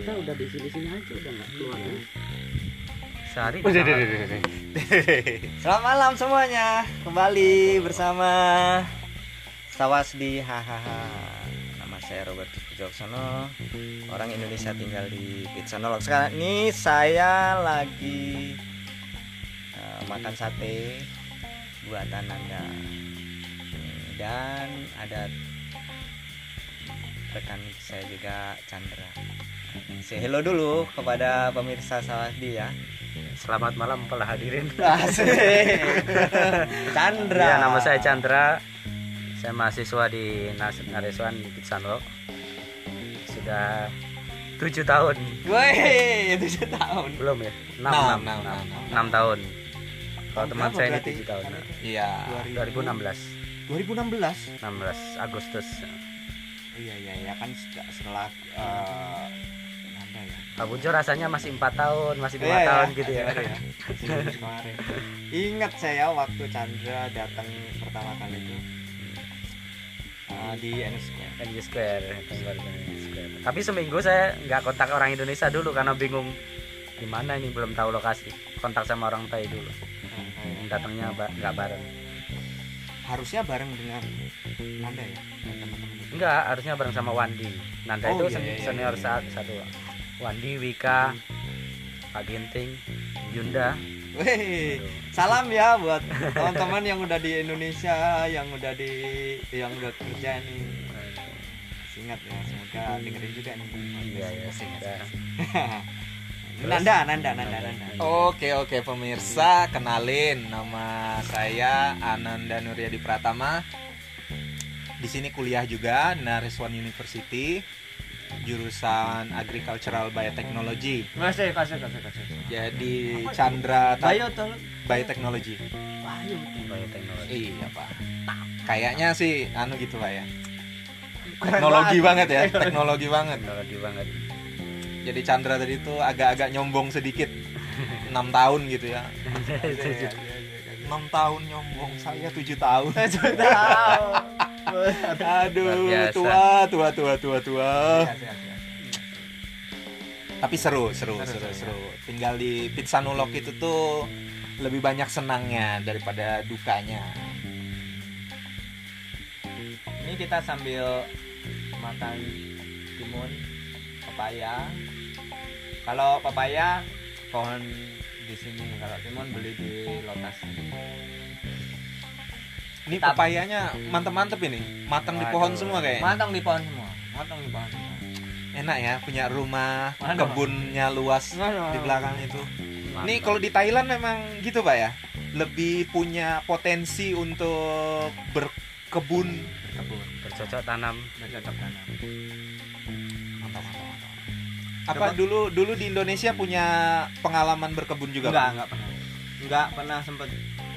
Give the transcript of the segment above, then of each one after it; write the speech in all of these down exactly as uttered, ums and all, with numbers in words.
kita udah di sini-sini aja udah nggak keluar ya. Sehari. Selamat malam semuanya, kembali bersama Sawasdi, hahaha. Nama saya Robertus Pujaoksono, orang Indonesia tinggal di Pitsanolog. Sekarang ini saya lagi uh, makan sate buatan Nanda, dan ada rekan saya juga, Chandra. Say hello dulu kepada pemirsa Sawasdi ya. Selamat malam para hadirin. Asik. Chandra. Ya, nama saya Chandra. Saya mahasiswa di Nareswan di Pitsanolog. Sudah tujuh tahun. Woi, tujuh tahun. Belum ya? Enam, enam, enam, enam, enam. enam tahun. Kalau Tahun teman berapa saya ini berarti? tujuh tahun. Iya. dua ribu enam belas. dua ribu enam belas. enam belas Agustus. Iya iya iya, kan setelah uh, Nanda ya. Pak Bujo rasanya masih empat tahun, masih lima Iya, iya, tahun gitu ya. baru ya. Masih lulus kemarin. Ingat saya waktu Chandra datang pertama kali itu uh, di N S Square. N U Square, N U Square. Tapi seminggu saya nggak kontak orang Indonesia dulu karena bingung di mana ini, belum tahu lokasi. Kontak sama orang Thai dulu. Datangnya ba- nggak bareng. Harusnya bareng dengan Nanda ya, teman-teman. Enggak, harusnya bareng sama Wandi. Nanda Oh, itu iya, sen- iya, iya, senior iya. saat satu. Wandi, Wika, Pak Ginting, Yunda. Wih, salam ya buat teman-teman yang udah di Indonesia, yang udah di yang udah kerja nih. Ingat ya, semoga dengerin juga nih. Iya ya, sudah. Nanda, Nanda, Nanda, Nanda. Oke oke pemirsa, kenalin, nama saya Ananda Nuryadi Pratama. Di sini kuliah juga Nareswan University, jurusan Agricultural Biotechnology. Masih, kasih, kasih, kasih. Jadi Chandra ta- Bayo tuh. Biotechnology. Bayo. Bioteknologi. Iya Pak. Kayaknya sih anu gitu Pak ya. Teknologi banget ya, teknologi banget. Teknologi banget. Jadi Chandra tadi itu agak-agak nyombong sedikit, enam tahun gitu ya. enam tahun nyombong, saya tujuh tahun. tujuh tahun. Aduh, Luar biasa. tua, tua, tua, tua, tua. Tapi seru, seru, seru, seru. Tinggal di Pitsanolog itu tuh lebih banyak senangnya daripada dukanya. Ini kita sambil makan timun, pepaya. Kalau pepaya pohon di sini, kalau timun beli di Lotas. Ini Tab- pepayanya mantep-mantep ini, matang di pohon Waduh, semua kayak. Matang di pohon semua, matang di pohon semua. Enak ya, punya rumah, Waduh. kebunnya luas Waduh. di belakang itu. Mantap. Ini kalau di Thailand memang gitu Pak ya, lebih punya potensi untuk berkebun. Kebun, bercocok tanam. bercocok tanam. Mantap, mantap, mantap. Apa dulu dulu di Indonesia punya pengalaman berkebun juga? Enggak, Pak? enggak pernah. Enggak pernah sempet.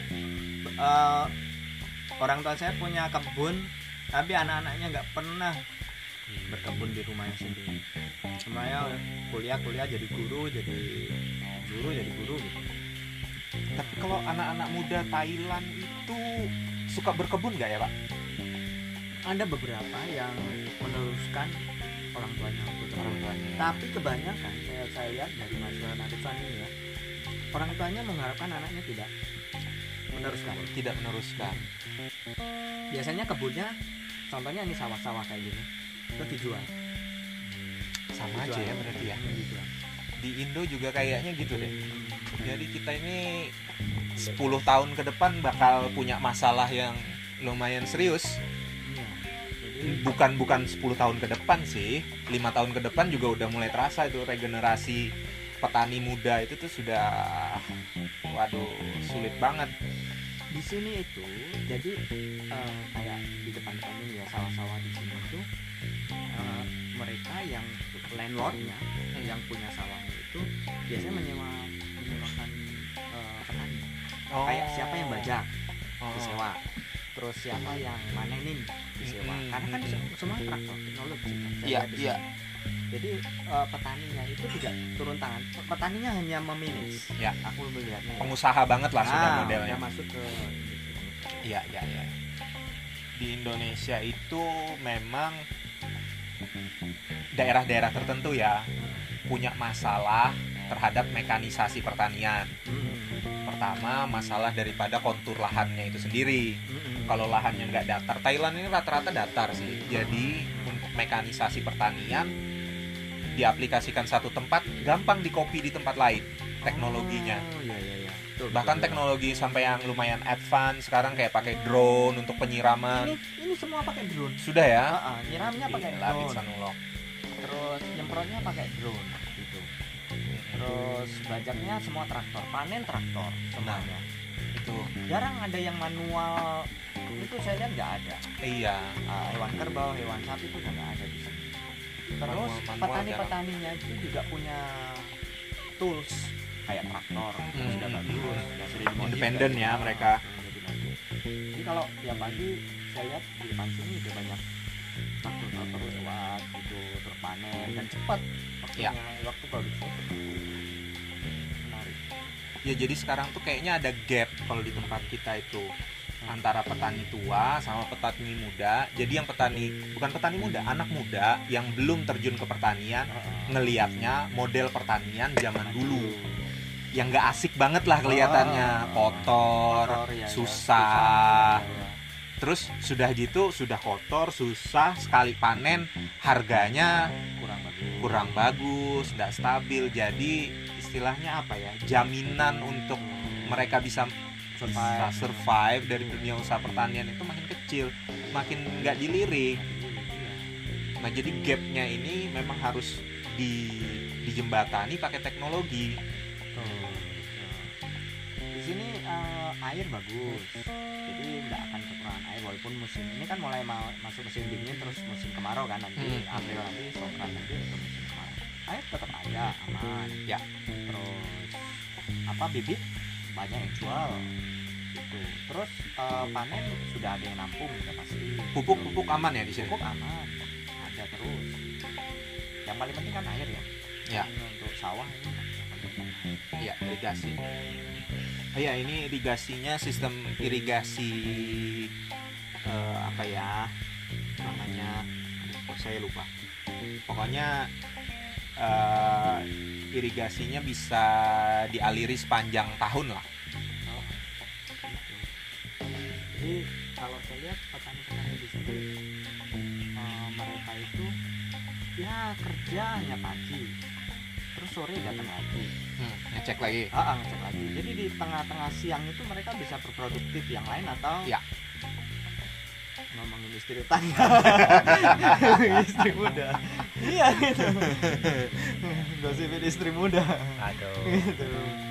Eh, orang tua saya punya kebun, tapi anak-anaknya enggak pernah berkebun di rumahnya sendiri. Semuanya kuliah-kuliah jadi guru, jadi guru, jadi guru gitu. Tapi kalau anak-anak muda Thailand itu suka berkebun nggak ya Pak? Ada beberapa yang meneruskan orang tuanya, putra orang tuanya. Tapi kebanyakan saya, saya lihat dari mahasiswa Nareswan ini ya, orang tuanya mengharapkan anaknya tidak meneruskan. Tidak meneruskan. Biasanya kebunnya, contohnya ini sawah-sawah kayak gini, terus dijual. Sama aja Dijual. ya berarti ya. Dijual. Di Indo juga kayaknya gitu deh. Jadi kita ini sepuluh tahun ke depan bakal punya masalah yang lumayan serius. Iya. Jadi Bukan bukan sepuluh tahun ke depan sih, lima tahun ke depan juga udah mulai terasa itu regenerasi petani muda itu tuh sudah, waduh, sulit banget. di sini itu, jadi eh, kayak di depan-depan ini ya, sawah-sawah di sini itu eh, mereka yang landlordnya, yang punya sawahnya itu biasanya menyewa menyewakan eh, petani. Kayak siapa yang bajak Oh. disewa, terus siapa yang manenin disewa. Mm-mm. Karena kan se- semua traktor teknologi kan. Saya Iya, lihat di iya. sini. Jadi eh, petaninya itu tidak turun tangan, petaninya hanya memanage. Ya. Aku melihatnya. ya. Pengusaha banget lah sudah Nah, modelnya. udah masuk ke Iya, iya, iya. Di Indonesia itu memang daerah-daerah tertentu ya punya masalah terhadap mekanisasi pertanian. Mm-mm. Pertama, masalah daripada kontur lahannya itu sendiri. Mm-mm. Kalau lahannya nggak datar, Thailand ini rata-rata datar sih. Jadi untuk mekanisasi pertanian diaplikasikan satu tempat, gampang dikopi di tempat lain teknologinya. Oh, iya, iya, iya. Betul, Bahkan betul, teknologi sampai yang lumayan advance sekarang kayak pakai drone untuk betul. penyiraman. Ini ini semua pakai drone. Sudah ya? Ah, ah, nyiramnya pakai Gila, drone. Pitsanulok. Terus nyemprotnya pakai drone gitu. Terus bajaknya semua traktor, panen traktor semuanya. Itu Jarang ada yang manual. Itu saya lihat nggak ada. iya. Ah, hewan kerbau, hewan sapi itu udah nggak ada di sini. Terus Manual-manual petani-petaninya itu juga punya tools kayak traktor, Hmm. sudah bagus, sudah sering dimodif. Independen ya Ah, mereka. jadi bagus. Jadi kalau tiap pagi saya lihat di depan sini udah banyak traktor-traktor lewat gitu terpanen dan cepat waktunya, waktu produksinya cepat. Menarik. Ya jadi sekarang tuh kayaknya ada gap kalau di tempat kita itu antara petani tua sama petani muda. Jadi yang petani bukan petani muda, anak muda yang belum terjun ke pertanian ngelihatnya model pertanian zaman dulu yang nggak asik banget lah kelihatannya, kotor, Kotor, ya, ya. susah. ya, ya. Terus sudah gitu sudah kotor, susah, sekali panen harganya kurang bagus. kurang bagus, nggak stabil. Jadi istilahnya apa ya? Jaminan untuk mereka bisa bisa survive dari dunia usaha pertanian itu makin kecil, makin nggak dilirik. Nah jadi gapnya ini memang harus di dijembatani pakai teknologi. Tuh. Di sini eh, air bagus, jadi nggak akan kekurangan air walaupun musim ini kan mulai mau masuk musim dingin terus musim kemarau kan nanti Hmm. April nanti Songkran nanti ke musim kemarau. Air tetap ada aman Ya. Terus apa bibit banyak yang jual gitu. Terus eh, panen sudah ada yang nampung sudah pasti. Pupuk-pupuk aman ya di sini. Pupuk aman ada terus. Yang paling penting kan air ya. Ya. Untuk sawah ini yang paling penting air. Iya, irigasi. Iya, ini irigasinya sistem irigasi eh, apa ya namanya? Aduh, kok saya lupa. Pokoknya eh, irigasinya bisa dialiri sepanjang tahun lah. Oh, gitu. Jadi kalau saya lihat petani-petani di sini eh, mereka itu ya kerja hanya pagi, terus sore datang lagi, Hmm, ngecek lagi. ah ah, ngecek lagi. Jadi di tengah-tengah siang itu mereka bisa berproduktif yang lain atau Ya. ngomongin istri tangga, istri muda, iya gitu, gosipin istri muda, Aduh. gitu.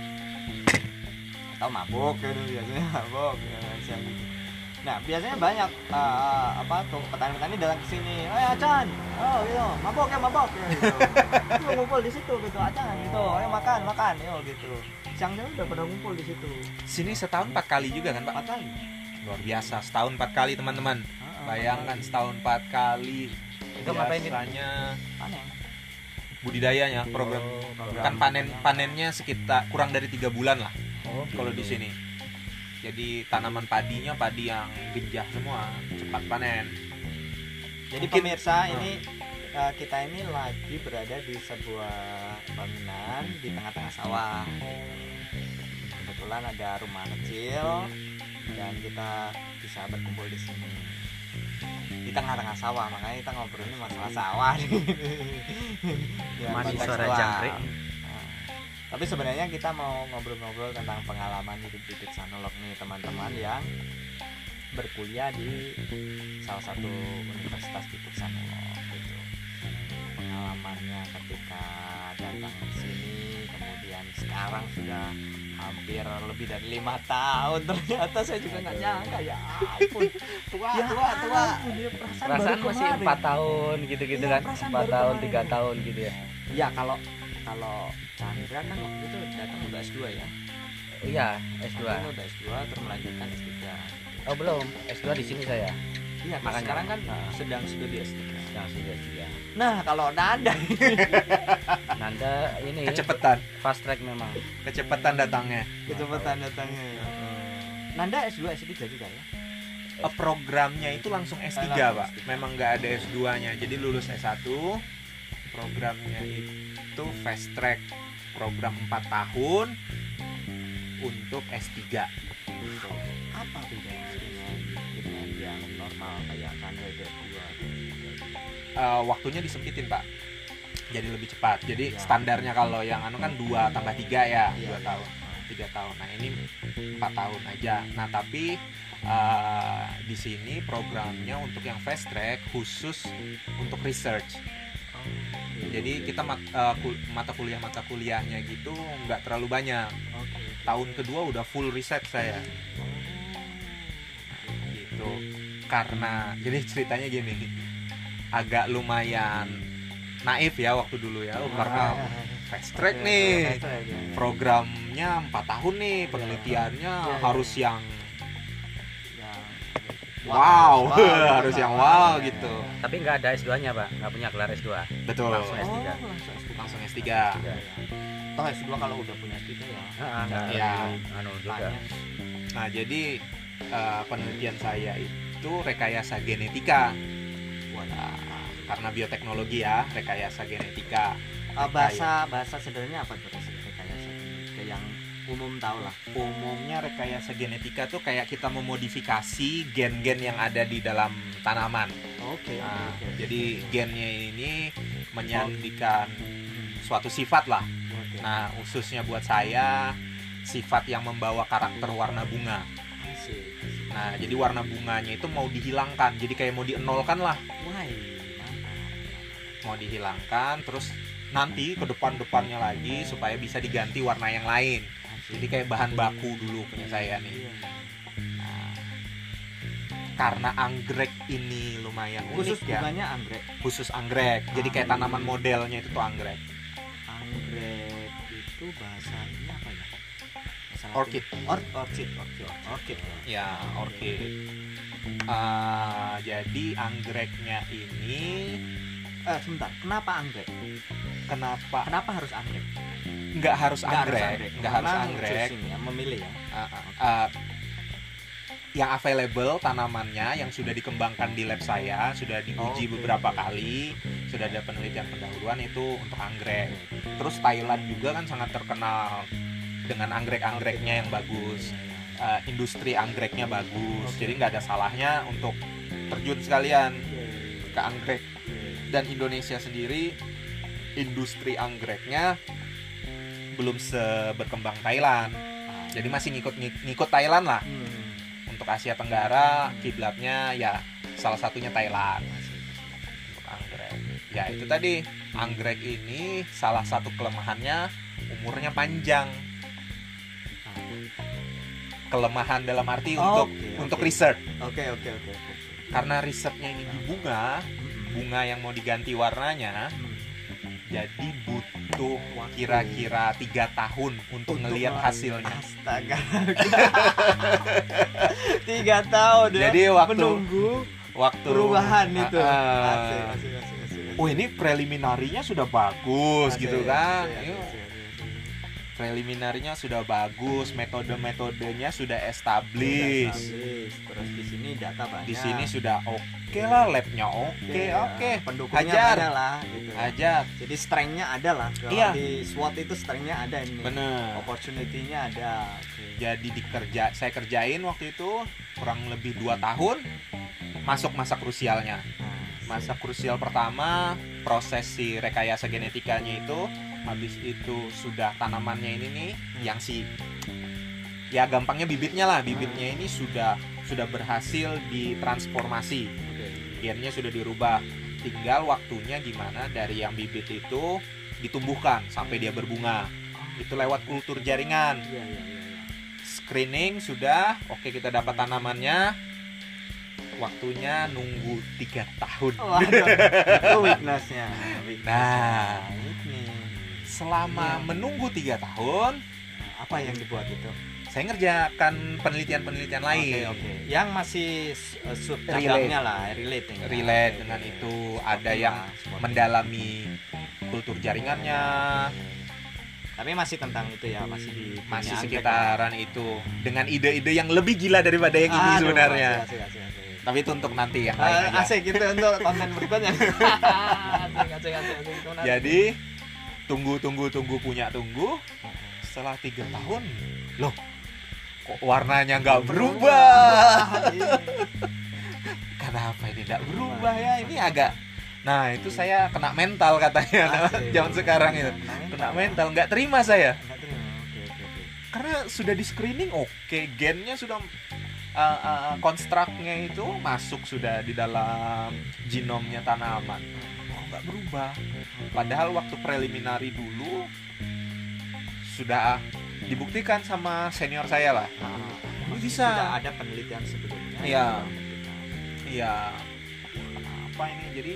Atau mabuk gitu biasanya mabuk ya, siang gitu. Nah biasanya banyak uh, apa tuh petani-petani datang ke sini, eh Acan, oh gitu, mabok ya mabok ya gitu. Tuh, ngumpul di situ gitu, Acan gitu, ayo makan makan, yo gitu. Siangnya udah pada ngumpul di situ. Sini setahun empat kali juga kan, Pak? Empat kali. Luar biasa, setahun empat kali teman-teman. Ah, Bayangkan setahun empat kali. Itu ngapain itu? Biasanya panen. budidayanya program Oh, program. kan panen panennya sekitar kurang dari tiga bulan lah Oh, kalau di gitu. sini. Jadi tanaman padinya padi yang gejah semua, cepat panen. Jadi Mungkin- pemirsa ini uh, kita ini lagi berada di sebuah bangunan di tengah-tengah sawah. Kebetulan ada rumah kecil dan kita bisa berkumpul di sini di tengah-tengah sawah, makanya kita ngobrolin masalah sawah. Ya, Masih konteks suara luas. jangkrik. Nah, tapi sebenarnya kita mau ngobrol-ngobrol tentang pengalaman hidup di Pitsanulok nih teman-teman yang berkuliah di salah satu universitas di Pitsanulok gitu. Pengalamannya ketika datang ke sini, kemudian sekarang sudah hampir lebih dari lima tahun, ternyata saya juga nggak nyangka, ya ampun, tua Ya tua tua ampun, dia perasaan, Perasaan baru masih kemarin. empat tahun gitu-gitu Iya, kan, perasaan empat baru tahun, kemarin. tiga tahun gitu ya. Ya kalau kalau Chandra kan waktu itu datang udah S dua ya. Iya, S dua. Ini udah S dua terus melanjutkan S tiga. Oh belum, S dua di sini saya. Iya, terus Makanya. sekarang kan sedang studi S tiga. Yang sudah S tiga. Nah, kalau Nanda Nanda ini Kecepatan, fast track memang. kecepatan datangnya. kecepatan datangnya. ya. Nanda S dua S tiga juga ya. Eh, programnya itu langsung S tiga, Pak. Memang nggak ada S dua-nya. Jadi lulus S satu, programnya itu itu fast track program empat tahun untuk S tiga. Apa bedanya dengan dengan yang normal kayak Kanada dua? Uh, waktunya disempitin Pak, jadi lebih cepat. Jadi Ya. standarnya kalau yang anu kan dua tambah tiga ya, Iya, dua iya. tahun, tiga tahun. Nah ini empat tahun aja. Nah tapi uh, di sini programnya untuk yang fast track khusus untuk research. Jadi kita mat, uh, kul- mata kuliah mata kuliahnya gitu nggak terlalu banyak. Oke. Tahun kedua udah full riset saya gitu. Karena jadi ceritanya gini, agak lumayan naif ya waktu dulu ya, oh, karena fast track nih, programnya empat tahun nih, penelitiannya Ya, ya. harus yang Yang wow, wow, harus yang wow, wow ya, gitu. ya, ya. Tapi nggak ada S dua nya Pak, nggak punya gelar S dua. Betul. Langsung S tiga. Oh, langsung S tiga. Langsung S tiga. Ya, ya. Toh S dua kalau udah punya tiga ya. Heeh, nggak Iya. anu juga. Tanya. Nah jadi uh, penelitian saya itu rekayasa genetika. Nah, karena bioteknologi ya, rekayasa genetika. Uh, bahasa bahasa sederhananya apa tuh rekayasa genetika yang umum tahu lah. Umumnya rekayasa genetika tuh kayak kita memodifikasi gen-gen yang ada di dalam tanaman. Oke. Nah, oke, oke. jadi gennya ini menyandikan suatu sifat lah. Oke. Nah, khususnya buat saya sifat yang membawa karakter warna bunga. Asik, asik. Nah, jadi warna bunganya itu mau dihilangkan. Jadi kayak mau dienolkan lah, Wah, mantap. mau dihilangkan terus nanti ke depan-depannya lagi supaya bisa diganti warna yang lain. Jadi kayak bahan baku dulu punya saya nih. Iya. Nah, karena anggrek ini lumayan Khusus unik ya. bunganya anggrek. Khusus anggrek. Jadi kayak tanaman modelnya itu tuh anggrek. Anggrek itu bahasanya apa ya? Bahasa Latin. Orchid. Or, orchid, orchid, orchid. Ya, orchid. Ah, jadi anggreknya ini Eh, sebentar. Kenapa anggrek? kenapa Kenapa harus anggrek? nggak harus Nggak anggrek? Nggak harus Memang anggrek. choosing ya, memilih ya. Ah, ah, ah. Yang available tanamannya yang sudah dikembangkan di lab saya, sudah diuji Oke. beberapa kali, sudah ada penelitian pendahuluan itu untuk anggrek. Terus Thailand juga kan sangat terkenal dengan anggrek-anggreknya yang bagus. Uh, industri anggreknya bagus. Oke. Jadi nggak ada salahnya untuk terjun sekalian ke anggrek. Dan Indonesia sendiri industri anggreknya belum seberkembang Thailand. Jadi masih ngikut ngikut Thailand lah. Hmm. Untuk Asia Tenggara kiblatnya ya salah satunya Thailand untuk anggrek. Ya itu tadi, anggrek ini salah satu kelemahannya umurnya panjang. Kelemahan dalam arti Oh, untuk oke, untuk oke. research. Oke, oke, oke, oke. Karena risetnya ini di bunga, bunga yang mau diganti warnanya, Hmm. jadi butuh kira-kira tiga tahun untuk ngelihat Untuk- hasilnya. Astaga. Tiga tahun ya. Jadi waktu- menunggu Waktu perubahan itu. Ah, ah. Asik, asik, asik, asik, asik. Oh ini preliminarinya sudah bagus Asik, gitu kan. asik, asik, Yuk, asik, asik. preliminarinya sudah bagus, metode-metodenya sudah Sudah established. established. Terus di sini data banyak. Di sini sudah oke lah, labnya oke, ya. oke. Pendukungnya Hajar. banyak lah gitu. Ajar. Jadi strength-nya ada lah. Kalau Iya. di SWOT itu strength-nya ada ini. Bener. Opportunity-nya ada. Oke. Jadi dikerja, saya kerjain waktu itu kurang lebih dua tahun. Masuk masa krusialnya. Nah, Masa krusial pertama, proses si rekayasa genetikanya itu, habis itu sudah tanamannya ini nih, yang si, ya gampangnya bibitnya lah, bibitnya ini sudah sudah berhasil ditransformasi, oke. gennya sudah dirubah, tinggal waktunya gimana dari yang bibit itu ditumbuhkan sampai dia berbunga. Itu lewat kultur jaringan. Iya, iya, iya, iya. Screening sudah, oke kita dapat tanamannya. Waktunya nunggu tiga tahun. Waduh, itu weakness-nya. Nah, ini selama Iya. menunggu tiga tahun, apa yang dibuat itu? saya ngerjakan penelitian-penelitian lain. Oke, oke. Yang masih uh, sub Relate. cabangnya lah, relate ya. Relate Oke, dengan oke. itu, Sporting ada yang lah, sporting. mendalami kultur jaringannya, Tapi masih tentang itu ya, masih di masih dunia sekitaran itu, dengan ide-ide yang lebih gila daripada yang ini Aduh, sebenarnya. Asik, asik, asik. Tapi itu untuk nanti yang lain Eh, aja. asik gitu untuk konten berikutnya. asik, asik, asik, asik. Itu menarik. Jadi tunggu tunggu tunggu punya tunggu. Setelah tiga tahun, loh kok warnanya nggak berubah? Kenapa ini nggak berubah ya? Ini agak, nah itu saya kena mental katanya zaman sekarang itu, kena mental, nggak terima saya. Karena sudah di screening oke, gennya sudah uh, uh, konstruknya itu masuk sudah di dalam genomnya tanaman, kok nggak berubah? Padahal waktu preliminary dulu sudah dibuktikan sama senior saya lah. Nah, bisa. Sudah ada penelitian sebelumnya. Iya. Iya. Apa ini? Jadi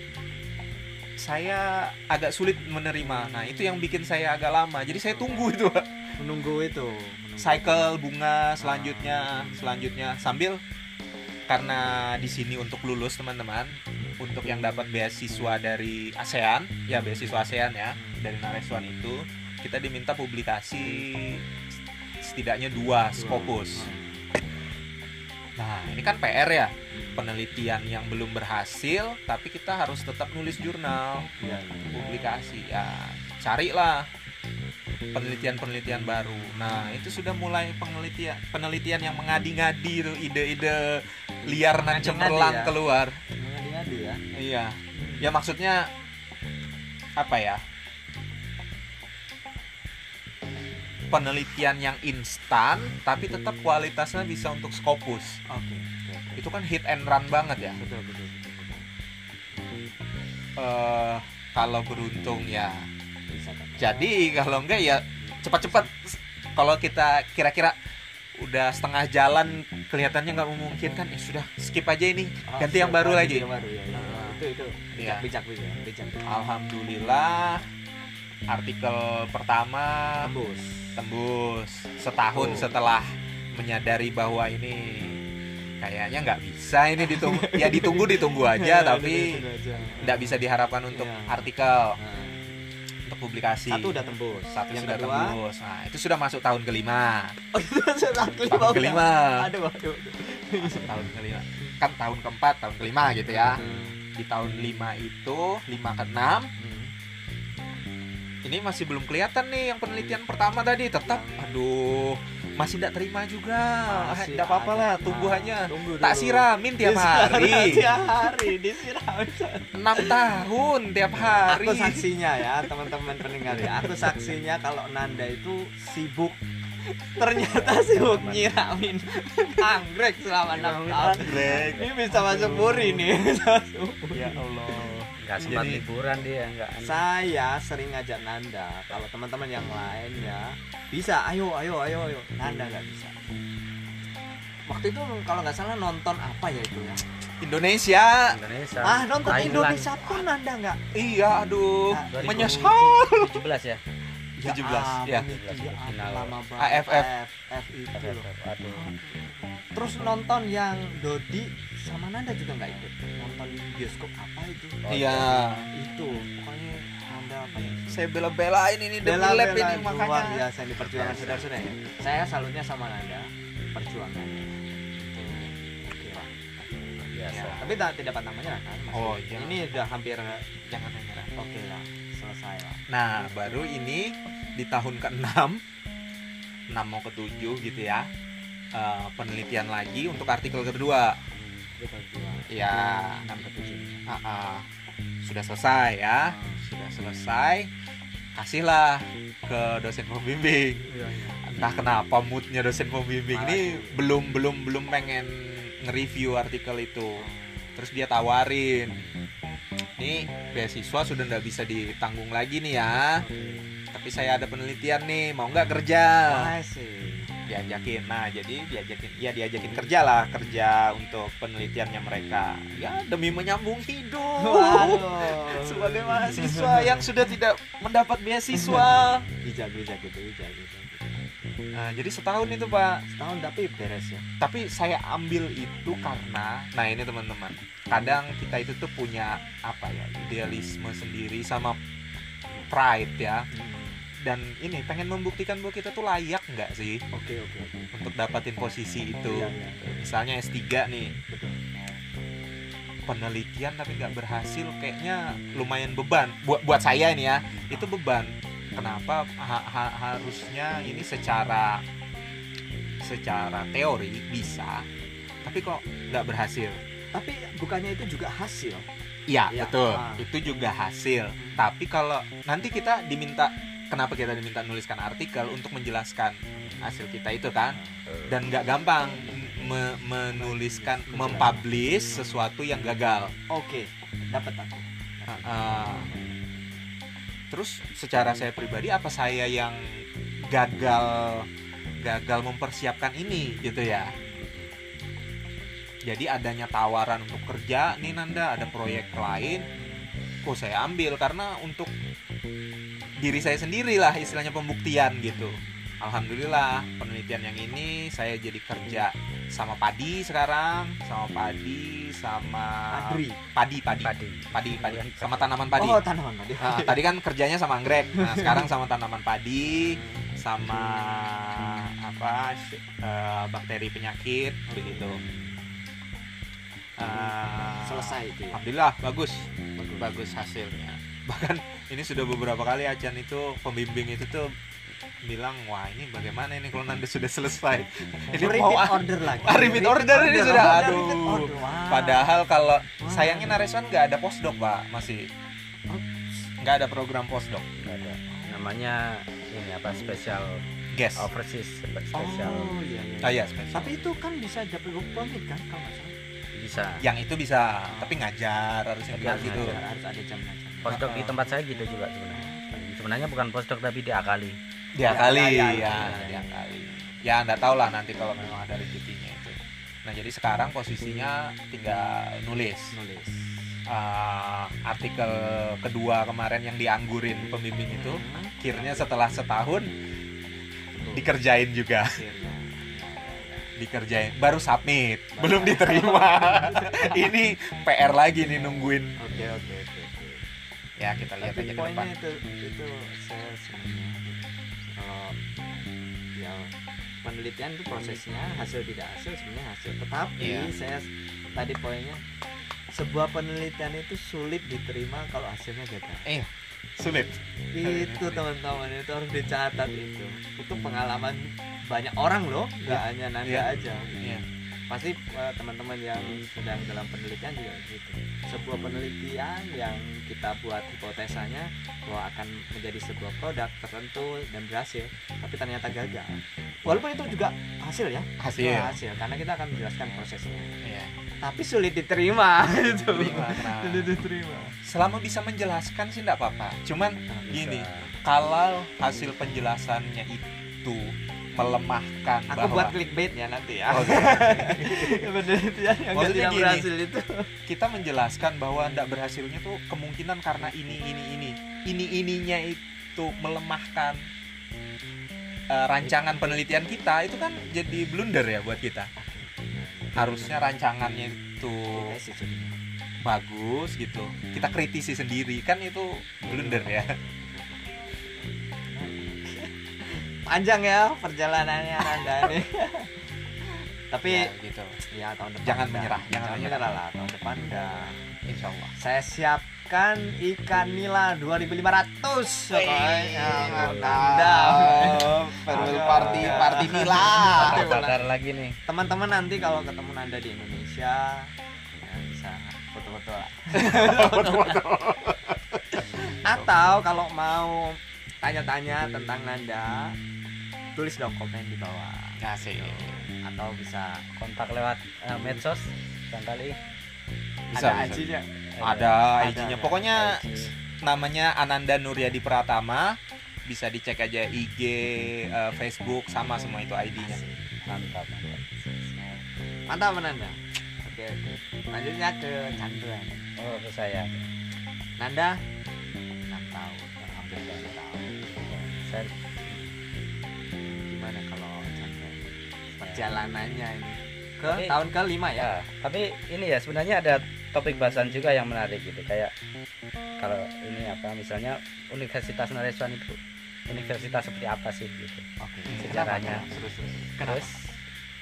saya agak sulit menerima. Nah, itu yang bikin saya agak lama. Jadi saya tunggu itu, Pak. Menunggu itu. Menunggu. Cycle bunga selanjutnya, selanjutnya sambil karena di sini untuk lulus teman-teman, untuk yang dapat beasiswa dari ASEAN, ya beasiswa ASEAN ya, dari Naresuan itu kita diminta publikasi setidaknya dua Scopus. Nah, ini kan P R ya, penelitian yang belum berhasil, tapi kita harus tetap nulis jurnal, Ya, publikasi. Ya, carilah penelitian-penelitian baru. Nah, itu sudah mulai penelitian penelitian yang mengadi-ngadi itu, ide-ide liar nan cemerlang ya. keluar. Ngadi-ngadi ya. Iya. Ya maksudnya apa ya? Penelitian yang instan tapi tetap kualitasnya bisa untuk Scopus. Oke. oke, oke. Itu kan hit and run banget ya. Betul betul betul. betul. Eh, kalau beruntung ya Bisa kan. jadi, kalau enggak ya cepat-cepat. Kalau kita kira-kira udah setengah jalan kelihatannya nggak memungkinkan, ya sudah skip aja ini, Oh, ganti yang siap, baru ganti lagi. yang baru, ya, ya. Nah, Itu itu. iya. Bijak bijak bijak. bijak. Alhamdulillah artikel pertama Tembus. tembus setahun Oh. setelah menyadari bahwa ini kayaknya nggak bisa ini ditunggu. Ya ditunggu ditunggu aja tapi nggak bisa diharapkan untuk Iya. artikel, Nah, untuk publikasi. satu udah tembus. Satu yang sudah kedua, tembus. Nah, itu sudah masuk tahun kelima. Oh, itu sudah kelima. Tahun kelima. Aduh, aduh. Masuk tahun kelima. Kan tahun keempat, tahun kelima gitu ya. Hmm. Di tahun lima itu, lima ke enam, Hmm. ini masih belum kelihatan nih yang penelitian pertama tadi. Tetap, aduh, masih tidak terima juga. Masih Tidak apa-apa ada. lah, tunggu Nah, hanya tunggu tak dulu. siramin tiap hari. Tiap hari disiram. enam tahun tiap hari. Aku saksinya ya, teman-teman pendengar ya. Aku saksinya kalau Nanda itu sibuk. Ternyata sibuk nyiramin anggrek selama enam tahun. Anggrek. Ini bisa masuk puri nih. Bisa masuk puri. Ya Allah. Nggak sempat Jadi- liburan dia, nggak. Saya sering ngajak Nanda. Kalau teman-teman yang lainnya bisa, ayo, ayo, ayo, ayo. Nanda nggak bisa. Waktu itu kalau nggak salah nonton apa ya itu ya? Indonesia. Indonesia. Ah, nonton Thailand. Indonesia pun Nanda nggak. Iya, aduh, Nah, menyesal. tujuh belas ya. tujuh belas, ya. ampun, itu ya Final. lama banget. A F F. F itu loh. Aduh. Terus nonton yang Dodi sama Nanda juga nggak ikut. Nonton di bioskop apa itu? Iya. Itu pokoknya Nanda apa ya? Saya bela-belain ini demi Bela lab bela ini makanya. luar biasa ini perjuangan saudara-saudara ya. Saya salutnya sama Nanda perjuangannya. Itu oke lah. Biasa. Ya. Tapi tak tidak dapat namanya kan? Mas? Oh, iya. Ini udah hampir Jangan menyerah. oke lah, selesai lah. Nah, baru ini di tahun keenam, enam mau ketujuh gitu ya, eh, penelitian lagi untuk artikel kedua. Itu perjuangan. Ya, enam ke tujuh. ah, ah. Sudah selesai ya, sudah selesai. Kasihlah ke dosen pembimbing. Iya, iya. Entah kenapa moodnya dosen pembimbing ini belum belum belum pengen nge-review artikel itu. Terus dia tawarin, nih beasiswa sudah nggak bisa ditanggung lagi nih ya, tapi saya ada penelitian nih, mau nggak kerja? Asik. Diajakin, nah jadi diajakin, ya diajakin kerja lah, kerja untuk penelitiannya mereka, ya demi menyambung hidup. Waduh. Sebagai mahasiswa yang sudah tidak mendapat beasiswa. Bijak, bijak gitu, bijak gitu. Nah jadi setahun itu Pak. Setahun tapi beres ya. Tapi saya ambil itu karena, nah ini teman-teman, kadang kita itu tuh punya apa ya, idealisme sendiri sama pride ya, dan ini pengen membuktikan bahwa kita tuh layak nggak sih Oke, oke, oke. untuk dapatin posisi itu. Iya, iya. Misalnya S tiga nih, Betul. penelitian tapi nggak berhasil, kayaknya lumayan beban buat buat saya ini ya, itu beban. Kenapa ha- ha- harusnya ini secara secara teori bisa, tapi kok nggak berhasil? Tapi bukannya itu juga hasil? Iya, Ya, betul. ah. Itu juga hasil. Tapi kalau nanti kita diminta, kenapa kita diminta nuliskan artikel untuk menjelaskan hasil kita itu kan? Dan nggak gampang me- menuliskan, mempublish sesuatu yang gagal. Oke, dapat aku. Uh, terus secara saya pribadi, apa saya yang gagal gagal mempersiapkan ini gitu ya? Jadi adanya tawaran untuk kerja nih Nanda, ada proyek lain, kok saya ambil karena untuk diri saya sendiri lah, istilahnya pembuktian gitu. Alhamdulillah penelitian yang ini saya jadi kerja sama padi sekarang, sama padi, sama Adri. padi padi Padi. padi padi sama tanaman padi. Oh, tanaman padi. Nah, tadi kan kerjanya sama anggrek, nah sekarang sama tanaman padi, sama apa eh, bakteri penyakit begitu. Uh, Selesai itu ya. Alhamdulillah bagus, bagus, bagus hasilnya. Bahkan ini sudah beberapa kali Acan itu pembimbing itu tuh bilang, wah ini bagaimana ini kalau Nanda sudah selesai. Ini Repeat mau ah, order lagi. ah, repeat order ini order, sudah, order, aduh. repeat order. Wah. Padahal kalau Wah. sayangnya Naresuan nggak ada postdoc Pak, masih nggak ada program postdoc. Nggak ada. Namanya ini apa, special Guest. overseas special. Oh iya iya. Ah, iya, spesial. Tapi itu kan bisa dapat work permit kan kalau nggak salah. Bisa. Yang itu bisa, tapi ngajar harusnya Ngajar, gitu. Harus, harus ada jam ngajar. Postdoc di tempat saya gitu juga sebenarnya. Sebenarnya bukan postdoc tapi diakali. Dia kali ya, ya, ya, dia kali. Ya Anda tahu lah nanti kalau memang ada rezekinya itu. Nah jadi sekarang posisinya tinggal nulis. Nulis. Uh, artikel kedua kemarin yang dianggurin pembimbing itu, akhirnya setelah setahun dikerjain juga, Akhirnya. dikerjain, baru submit, belum diterima. Ini P R lagi nih nungguin. Oke oke oke. oke. Ya kita lihat Tapi aja ke poinnya depan. itu itu saya sebenarnya kalau ya penelitian itu prosesnya, hasil tidak hasil sebenarnya hasil. Tetapi Iya. saya tadi poinnya, sebuah penelitian itu sulit diterima kalau hasilnya gagal. Eh, sulit. Itu teman-teman itu harus dicatat itu. Itu pengalaman banyak orang loh, nggak Iya. hanya Nanda Iya. aja. Iya. Pasti uh, teman-teman yang sedang dalam penelitian juga gitu. Sebuah penelitian yang kita buat hipotesanya bahwa akan menjadi sebuah produk tertentu dan berhasil, tapi ternyata gagal. Walaupun itu juga hasil ya, Hasil. Wah, hasil karena kita akan menjelaskan prosesnya. Iya. Tapi sulit diterima itu. Terima, nah. Sulit diterima. Selama bisa menjelaskan sih enggak apa-apa. Cuman Nah, gini, Bisa. kalau hasil penjelasannya itu melemahkan Aku bahwa buat clickbait ya nanti ya. Oh, Penelitian yang Maksudnya tidak gini. berhasil itu. kita menjelaskan bahwa tidak berhasilnya tuh kemungkinan karena ini ini ini ini ininya itu melemahkan eh, rancangan penelitian kita, itu kan jadi blunder ya buat kita. Harusnya rancangannya itu Tesis jadinya. bagus gitu, kita kritisi sendiri, kan itu blunder ya. Panjang ya perjalanannya Anda ini. Tapi Ya, gitu. ya tahun depan Jangan udah- menyerah, jangan menyerah. lah. Tahun depan udah Insya Allah. saya siapkan ikan nila dua ribu lima ratus. Pokoknya mantap. Farewell Aduh. party, party nila. Bakar lagi nih. Teman-teman nanti kalau ketemu Nanda di Indonesia ya bisa foto-foto lah. Atau kalau mau tanya-tanya tentang Nanda, tulis dong komen di bawah. Ngasih. Atau bisa Kontak lewat eh, medsos barangkali. Bisa, ada bisa. ajinya. Ada Ada, I G-nya. ada. Pokoknya I G. namanya Ananda Nuryadi Pratama. Bisa dicek aja I G, eh, Facebook, sama semua itu I D-nya. Mantap, mantap. Mantap Nanda. Oke, oke. Lanjutnya ke Chandra. Oh, ke saya. Nanda enam tahun, hampir tujuh tahun. Saya Gimana kalau Chandra? Perjalanannya ini ke Tapi- tahun kelima ya? ya, tapi ini ya sebenarnya ada topik bahasan juga yang menarik gitu. Kayak kalau ini apa misalnya Universitas Naresuan itu universitas seperti apa sih gitu. Oke. Sejarahnya. Terus terus. Terus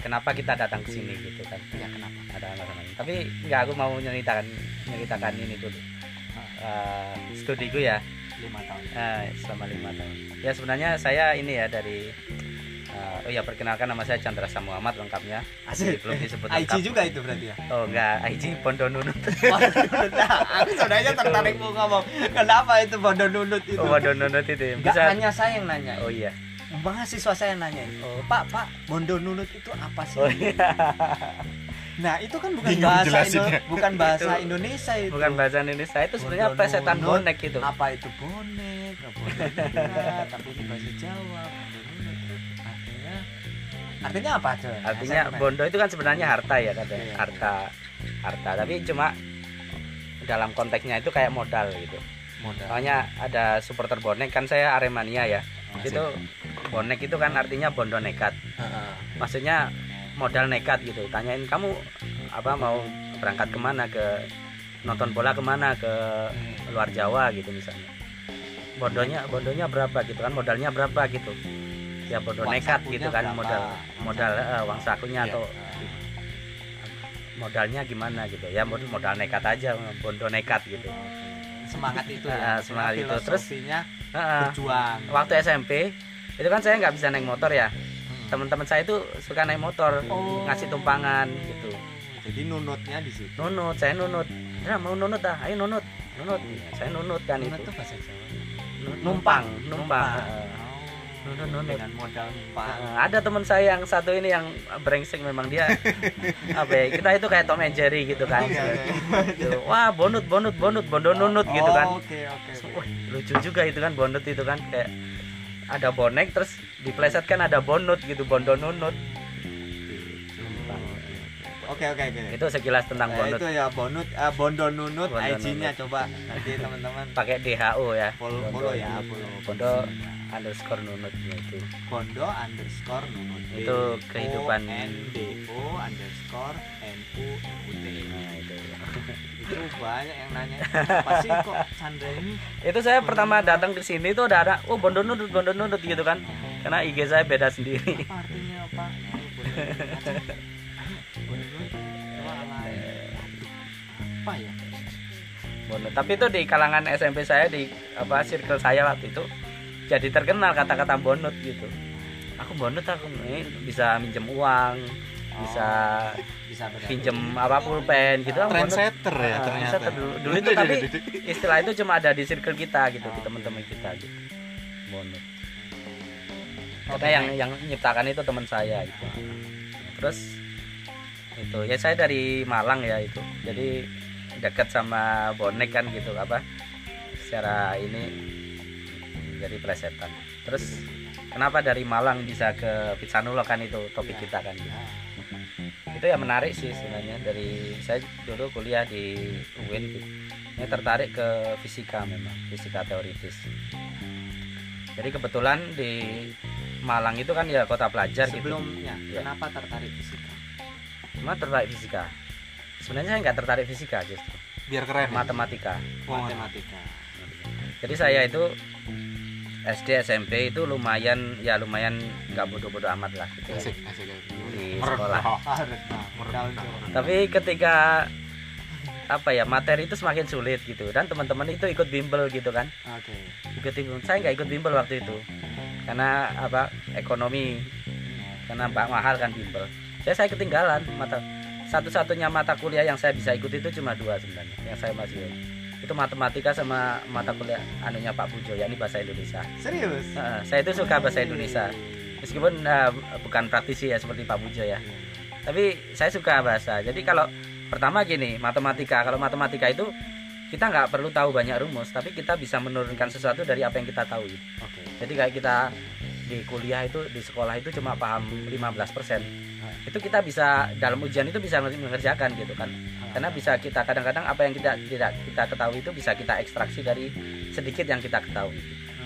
kenapa kita datang ke sini gitu kan. Ya kenapa? Ada alasan lain. Tapi nggak, aku mau menceritakan menceritakan ini dulu. Uh, studiku ya Lima tahun. uh, selama lima tahun. Ya sebenarnya saya ini ya dari uh, oh ya perkenalkan, nama saya Chandra Samuhammad lengkapnya. Asik. Belum disebut I G lengkap. juga itu berarti ya? Oh enggak, I G Bondo Nunut. Nah, aku sebenarnya tertarik mau ngomong kenapa itu Bondo Nunut itu. Oh Bondo Nunut itu. Nggak Bisa. hanya saya yang nanya. Oh iya. Mahasiswa saya yang nanya. Oh. Pak, Pak, Bondo Nunut itu apa sih? Oh iya. Nah, itu kan bukan Bingung bahasa jelasinnya. Indo- bukan bahasa Itu Indonesia itu. Bukan bahasa Indonesia, itu sebenarnya Bondo plesetan Nunut. bonek gitu. Apa itu bonek? Bondo Nunut, tapi ini bahasa Jawa. Bondo Nunut. Artinya Artinya apa tuh? Artinya Saya bondo itu kan sebenarnya harta ya katanya. Iya. Harta. Harta, tapi cuma dalam konteksnya itu kayak modal gitu. modal. Soalnya ada supporter bonek, kan saya Aremania ya. Asik. Itu bonek itu kan artinya bondo nekat. Heeh. Maksudnya modal nekat gitu. Tanyain kamu apa mau berangkat kemana, ke nonton bola kemana, ke luar Jawa gitu misalnya. Bondonya bondonya berapa gitu kan, modalnya berapa gitu. Ya bondo Uang nekat sakunya gitu kan, berapa? modal modal eh, uang sakunya Iya. atau modalnya gimana gitu. Ya mod- modal nekat aja, bondo nekat gitu. Semangat itu Ah, ya. semangat itu. Terus- Filosofinya Heeh. berjuang. Waktu S M P itu kan saya nggak bisa naik motor ya. Hmm. Teman-teman saya itu suka naik motor, Oh. ngasih tumpangan gitu. Jadi nunutnya di situ. Nunut, saya nunut. Ya mau nunut dah, ayo nunut, nunut. Ya, saya nunut kan Nunut itu. itu bahasa Jawa. Numpang, numpang. Heeh. Oh. Nunut, nunut. Dengan modal numpang. Heeh, ada teman saya yang satu ini yang brengsek memang dia. Apa ya? Kita itu kayak Tom and Jerry gitu kan. Iya, Gitu. Wah, bonut, bonut, bonut, bondo nunut gitu kan. Oh, Oke, oke. oke. Wah, lucu juga itu kan bonut itu kan, kayak ada bonek terus dipleset kan ada bonut gitu, bondo nunut. Oke, oke, oke. Itu sekilas tentang Eh, bonut. itu ya bonut, eh, bondo nunut, Bondo I G-nya nunut. coba nanti teman-teman Pakai D H O ya. follow, Bondo follow ya, nunut. follow. Bondo underscore nunutnya itu. Bondo underscore nunut. Itu kehidupan- N D O underscore N U U T. Nah, itu. Itu banyak yang nanya. Apa sih kok Chandra ini? Itu saya pertama datang ke sini tuh udah ada, oh bondo nunut, bondo nunut gitu kan. Karena I G saya beda sendiri. Apa artinya apa? Bondo nunut. Coba alay. Apa ya? Bondo. Tapi itu di kalangan S M P saya, di apa circle saya waktu itu jadi terkenal kata-kata bonut gitu. Aku bonut, aku ini bisa minjem uang, bisa Bisa beda. pinjem apa pulpen gitu. Aku bonut. Trendsetter ya Ah, ternyata. bisa dulu, dulu itu tapi istilah itu cuma ada di circle kita gitu, di teman-teman kita gitu. Bonut. Karena yang yang menciptakan itu teman saya gitu. Terus itu ya saya dari Malang ya itu. Jadi dekat sama bonek kan gitu apa. Secara ini jadi plesetan. Terus kenapa dari Malang bisa ke Pitsanulok kan itu topik kita kan gitu. Itu ya menarik sih sebenarnya. Dari saya dulu kuliah di U N gitu. Ini tertarik ke fisika, memang fisika teoritis. Jadi kebetulan di Malang itu kan ya kota pelajar gitu. Sebelumnya, Ya. kenapa tertarik fisika? Cuma tertarik fisika. Sebenarnya saya nggak tertarik fisika justru. Biar keren. ya? Matematika. Oh, Matematika. Jadi saya itu S D S M P itu lumayan ya lumayan nggak bodoh-bodoh amat lah gitu ya. Asik, asik, asik. Di Merendah. sekolah. Ah, rendah. Down tuh. Tapi ketika apa ya materi itu semakin sulit gitu dan teman-teman itu ikut bimbel gitu kan. Oke. Ikut bimbel. Saya nggak ikut bimbel waktu itu. Karena apa ekonomi, karena pak mahal kan bimbel. Saya saya ketinggalan mata satu-satunya mata kuliah yang saya bisa ikut itu cuma dua sebenarnya yang saya masih itu matematika sama mata kuliah anunya Pak Pujo yakni bahasa Indonesia. Serius? Nah, saya itu suka bahasa Indonesia meskipun uh, bukan praktisi ya seperti Pak Pujo ya, tapi saya suka bahasa. Jadi kalau pertama gini matematika, kalau matematika itu kita nggak perlu tahu banyak rumus tapi kita bisa menurunkan sesuatu dari apa yang kita tahu gitu. Oke. Jadi kayak kita di kuliah itu di sekolah itu cuma paham lima belas persen, itu kita bisa dalam ujian itu bisa mengerjakan gitu kan, karena bisa kita kadang-kadang apa yang kita tidak kita ketahui itu bisa kita ekstraksi dari sedikit yang kita ketahui.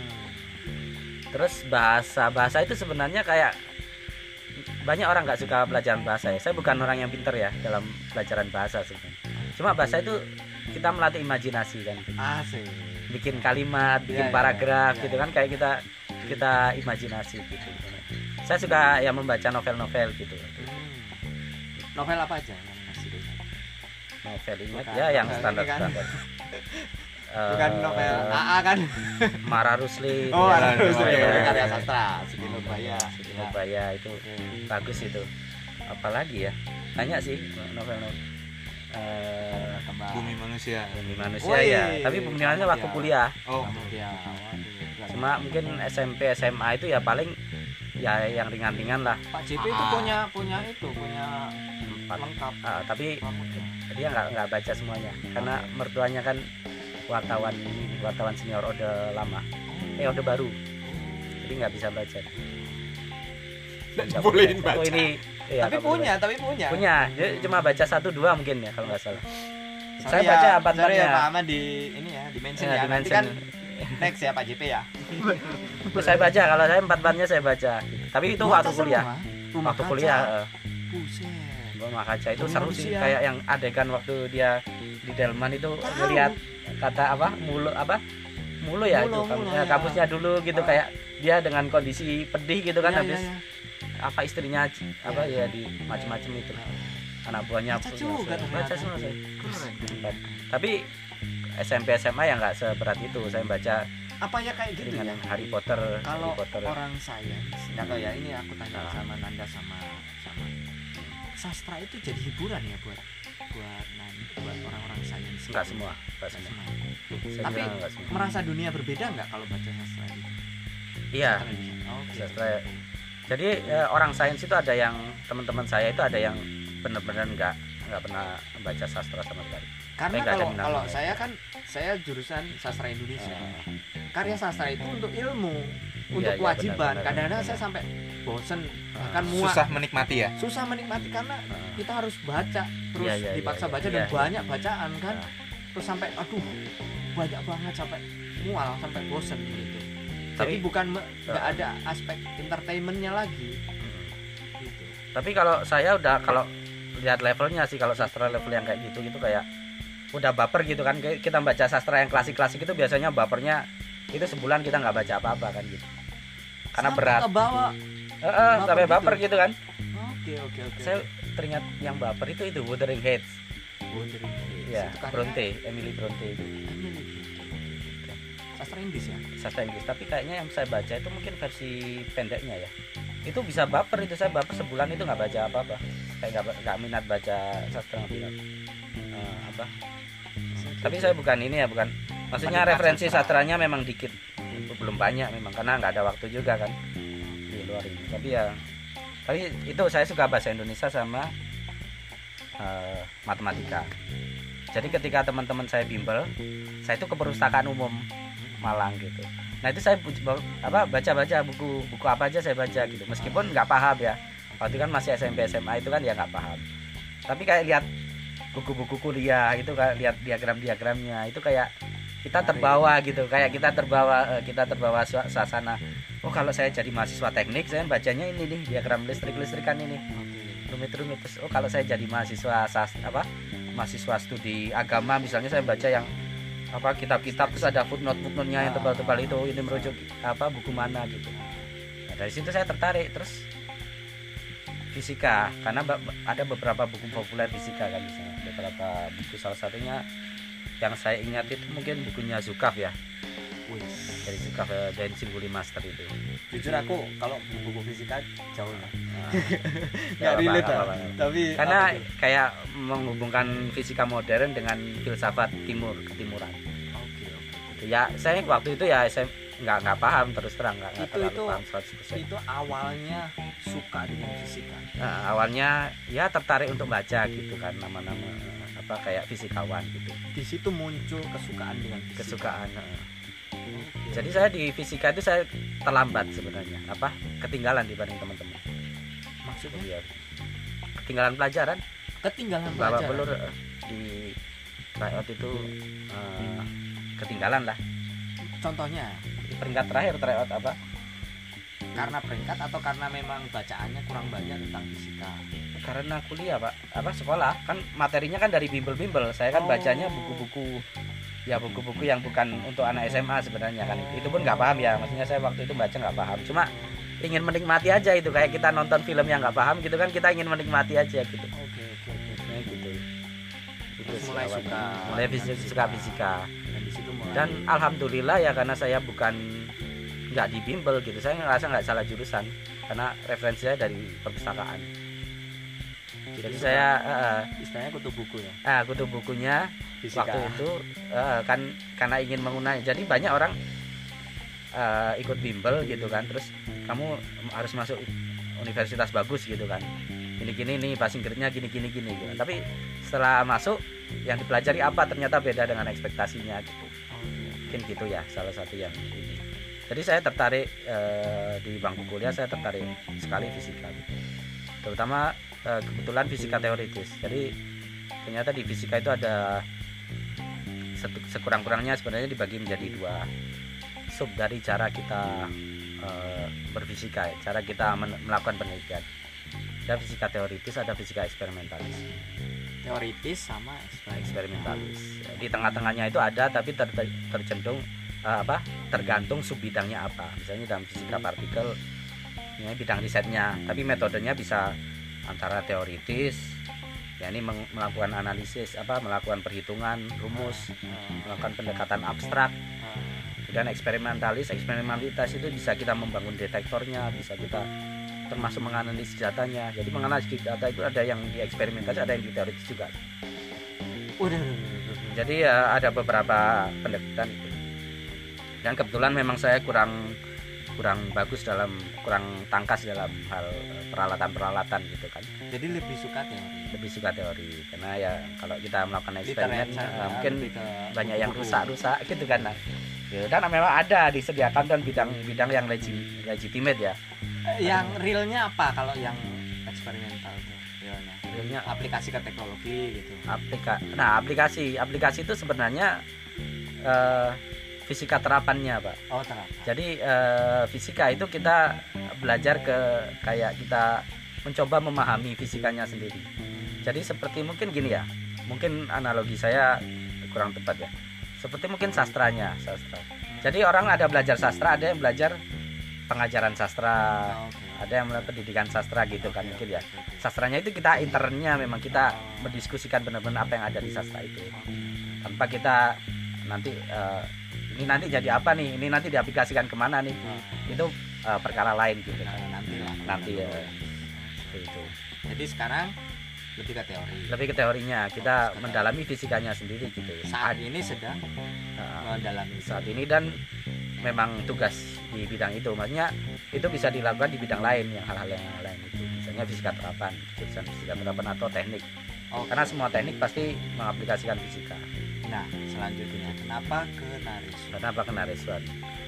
Terus bahasa bahasa itu sebenarnya kayak banyak orang nggak suka pelajaran bahasa ya. Saya bukan orang yang pinter ya dalam pelajaran bahasa sebenarnya, cuma bahasa itu kita melatih imajinasi kan, Asik. bikin kalimat, bikin Iya, iya, paragraf iya, gitu iya. kan, kayak kita kita imajinasi gitu. Saya suka ya membaca novel-novel gitu. Hmm. Novel apa aja yang masih diingat? Novel ingat Bukan ya yang novel ini standar kan. standar. Bukan novel A A kan? Mara Rusli. Oh, ya, harus novel. ya, karya sastra, Siti Nurbaya. Siti Ya. Nurbaya itu bagus itu. Apalagi ya? Banyak sih novel-novel. Eh, Kembang. Bumi Manusia. Bumi Manusia Woi, ya. Tapi Bumi Manusia waktu ya. kuliah. Oh, Kamu dia, waduh. Cuma mungkin S M P S M A itu ya paling ya yang ringan-ringan lah. Pak J P itu Ah. punya punya itu punya Empat. lengkap. Ah, tapi Rambutnya. dia nggak nggak baca semuanya karena mertuanya kan wartawan wartawan senior orde lama eh orde baru jadi nggak bisa baca. Nggak bolehin boleh. baca. Oh, ini iya, Tapi nggak boleh punya, tapi punya. baca. punya dia cuma baca satu dua mungkin ya kalau nggak salah. Sorry Saya ya, baca empat sorry ya Pak empatnya. Ahmad di ini ya, di mention Ya, ya. di Nanti mention. kan next ya Pak J P ya. Saya baca kalau saya empat empatnya saya baca tapi itu Baca waktu kuliah semua? Rumah waktu Kaca. kuliah eh. Buset. Rumah Kaca itu Bumi seru sih Manusia. kayak yang adegan waktu dia di Delman itu ngelihat kata apa mulu apa mulu ya Mulu, itu mulu, ya, ya. kampusnya dulu gitu Ah. kayak dia dengan kondisi pedih gitu kan Iya, habis iya, iya. apa istrinya apa Iya, ya di macam-macam itu anak buahnya Baca punya juga saya. ternyata. baca semua saya Keren. Empat. Tapi S M P S M A ya nggak seberat itu saya baca Apa ya kayak gitu dengan ya? Harry Potter Kalau Harry Potter orang sains, nggak tahu ya, ini aku tanya Ah. sama Nanda sama sama sastra itu jadi hiburan ya buat buat nan- buat orang-orang sains. nggak semua nggak Nggak semua semua. Saya Tapi bilang nggak semua merasa dunia berbeda nggak kalau baca sastra itu? iya Oh, oke. Sastra. Jadi eh, orang sains itu ada yang teman-teman saya itu ada yang benar-benar nggak nggak pernah baca sastra sama sekali. Karena Saya nggak ada kalau minat kalau sama saya kan saya jurusan sastra Indonesia. Eh, Karya sastra itu untuk ilmu, untuk Iya, iya, kewajiban. benar, benar, Kadang-kadang benar. saya sampai bosen, Ah. bahkan muak. susah menikmati ya. Susah menikmati karena eh, kita harus baca terus Iya, iya, dipaksa iya, baca iya, dan iya. banyak bacaan kan. Nah. Terus sampai aduh banyak banget sampai mual sampai bosen gitu. Jadi Tapi- bukan me- nggak Ah. ada aspek entertainmentnya lagi hmm. gitu. Tapi kalau saya udah kalau lihat levelnya sih kalau sastra level yang kayak gitu gitu kayak udah baper gitu kan. Kayak kita baca sastra yang klasik-klasik itu biasanya bapernya itu sebulan kita nggak baca apa-apa kan gitu. Karena Sampai berat. ke bawah. Eh, eh, baper sampai gitu. baper gitu kan. Oke oke oke. Saya teringat yang baper itu itu Wuthering Heights. Wuthering Heights. Ya, Itu karya Bronte, Emily Bronte itu. Emily Bronte. Sastra Inggris ya. Sastra Inggris, tapi kayaknya yang saya baca itu mungkin versi pendeknya ya. Itu bisa baper itu saya baper sebulan itu nggak baca apa-apa. Kayak nggak nggak minat baca sastra nggak minat. Eh, apa? Tapi saya bukan ini ya, bukan. Maksudnya Penikmat referensi sastra. sastranya memang dikit, belum banyak memang karena nggak ada waktu juga kan di luar ini. Tapi ya, tapi itu saya suka bahasa Indonesia sama eh, matematika. Jadi ketika teman-teman saya bimbel, saya itu ke perpustakaan umum Malang gitu. Nah itu saya bu- apa baca-baca buku buku apa aja saya baca gitu. Meskipun nggak paham ya. Waktu kan masih S M P S M A itu kan ya nggak paham. Tapi kayak lihat buku-buku kuliah itu kayak lihat diagram-diagramnya itu kayak kita terbawa gitu. Kayak kita terbawa eh, kita terbawa sua- suasana. Oh kalau saya jadi mahasiswa teknik saya bacanya ini nih diagram listrik-listrikan ini. Rumit-rumit terus. Oh kalau saya jadi mahasiswa sas apa? Mahasiswa studi agama misalnya saya baca yang apa kitab-kitab terus ada footnote-footnote-nya yang tebal-tebal itu ini merujuk apa buku mana gitu. Nah, dari situ saya tertarik terus fisika karena ba- ada beberapa buku populer fisika kan misalnya beberapa buku salah satunya yang saya ingat itu mungkin bukunya Zukaf ya dari Zukaf eh, Dancing Guli Master itu. Jujur aku kalau buku fisika jauh lah. Nah, Nggak apa-apa, relate nggak lah. apa-apa. Tapi Karena apa tuh? kayak menghubungkan fisika modern dengan filsafat timur ketimuran. Oke oke. Gitu. Ya saya waktu itu ya saya nggak nggak paham terus terang nggak nggak Itu- terlalu itu- paham seratus persen. Itu awalnya suka dengan fisika. Nah, awalnya ya tertarik untuk baca gitu kan nama-nama eh, apa kayak fisikawan gitu Di situ muncul kesukaan dengan fisika. kesukaan. eh. Oke. Jadi saya di fisika itu saya terlambat sebenarnya apa ketinggalan dibanding teman-teman. maksudnya Iya. Ketinggalan pelajaran. ketinggalan Bapak pelajaran. belur eh, di tryout itu eh, ketinggalan lah Contohnya di peringkat terakhir tryout apa karena peringkat atau karena memang bacaannya kurang banyak tentang fisika. karena kuliah pak apa sekolah kan materinya kan dari bimbel-bimbel saya kan Oh. bacanya buku-buku ya buku-buku yang bukan untuk anak S M A sebenarnya kan itu pun nggak paham ya maksudnya saya waktu itu baca nggak paham cuma ingin menikmati aja itu kayak kita nonton film yang nggak paham gitu kan kita ingin menikmati aja gitu Oke. mulai awalnya. suka mulai dengan fisika, fisika. suka fisika. Dan di situ mulai Dan alhamdulillah ya, karena saya bukan nggak di bimbel gitu, saya ngerasa nggak salah jurusan karena referensi saya dari perpustakaan. Jadi Suka- saya uh, istilahnya kutu buku ya. ah kutu bukunya Fisika. waktu itu uh, kan karena ingin mengunakan. Jadi banyak orang uh, ikut bimbel gitu kan, terus kamu harus masuk universitas bagus gitu kan, gini gini nih passing grade-nya gini gini gini gitu. Tapi setelah masuk yang dipelajari apa ternyata beda dengan ekspektasinya gitu. Mungkin gitu ya salah satu yang ini. Jadi saya tertarik uh, di bangku kuliah, saya tertarik sekali fisika gitu. Terutama uh, kebetulan fisika teoritis. Jadi ternyata di fisika itu ada sekurang-kurangnya sebenarnya dibagi menjadi dua sub dari cara kita uh, berfisika, cara kita men- melakukan penelitian. Ada fisika teoritis, ada fisika eksperimentalis. Teoritis sama eksperimen. Eksperimentalis. Di tengah-tengahnya itu ada, tapi ter- ter- tercenderung uh, apa? Tergantung sub bidangnya apa. Misalnya dalam fisika partikel, ini bidang risetnya, tapi metodenya bisa antara teoritis, ya ini meng- melakukan analisis, apa? Melakukan perhitungan, rumus, melakukan pendekatan abstrak. Dan eksperimentalis, eksperimentalitas itu bisa kita membangun detektornya, bisa kita termasuk menganalisis datanya. Jadi menganalisis data itu ada yang di eksperimentasi, ada yang di teoritis juga. Udah. Jadi ya ada beberapa pendekatan itu. Dan kebetulan memang saya kurang kurang bagus dalam kurang tangkas dalam hal eh, peralatan-peralatan gitu kan. Jadi lebih suka teori. Lebih suka teori karena ya kalau kita melakukan eksperimen Literatur, eh, mungkin lebih ke banyak yang buku. rusak-rusak gitu kan. Nah, ya, dan memang ada disediakan dan bidang-bidang yang legi- legitimate ya. Eh, yang realnya apa kalau yang eksperimental itu realnya? Realnya Aplikasi ke teknologi gitu. Aplika nah aplikasi aplikasi itu sebenarnya eh, fisika terapannya Pak. Oh, terang. Jadi eh, fisika itu kita belajar ke kayak kita mencoba memahami fisikanya sendiri. Jadi seperti mungkin gini ya, mungkin analogi saya kurang tepat ya. Seperti mungkin sastranya, sastra. Jadi orang ada belajar sastra, ada yang belajar pengajaran sastra, Oh, oke. ada yang melakukan pendidikan sastra gitu kan Oke, mungkin oke, ya. oke, oke. Sastranya itu kita internnya memang kita mendiskusikan benar-benar apa yang ada di sastra itu. Tanpa kita nanti eh, ini nanti jadi apa nih, ini nanti diaplikasikan kemana nih, itu eh, perkara lain gitu Nah, kan. nanti lah. Nanti ya seperti itu. Jadi sekarang lebih ke teori. Lebih ke teorinya, kita Fokus ke mendalami fisikanya sendiri gitu. Saat ini sedang Nah, mendalami saat ini dan memang tugas di bidang itu, maksudnya itu bisa dilakukan di bidang lain yang hal-hal yang lain itu, misalnya fisika terapan, jurusan fisika terapan atau teknik. Oke. Karena semua teknik pasti mengaplikasikan fisika. Nah, selanjutnya kenapa ke Naris? Kenapa kena Nariswan?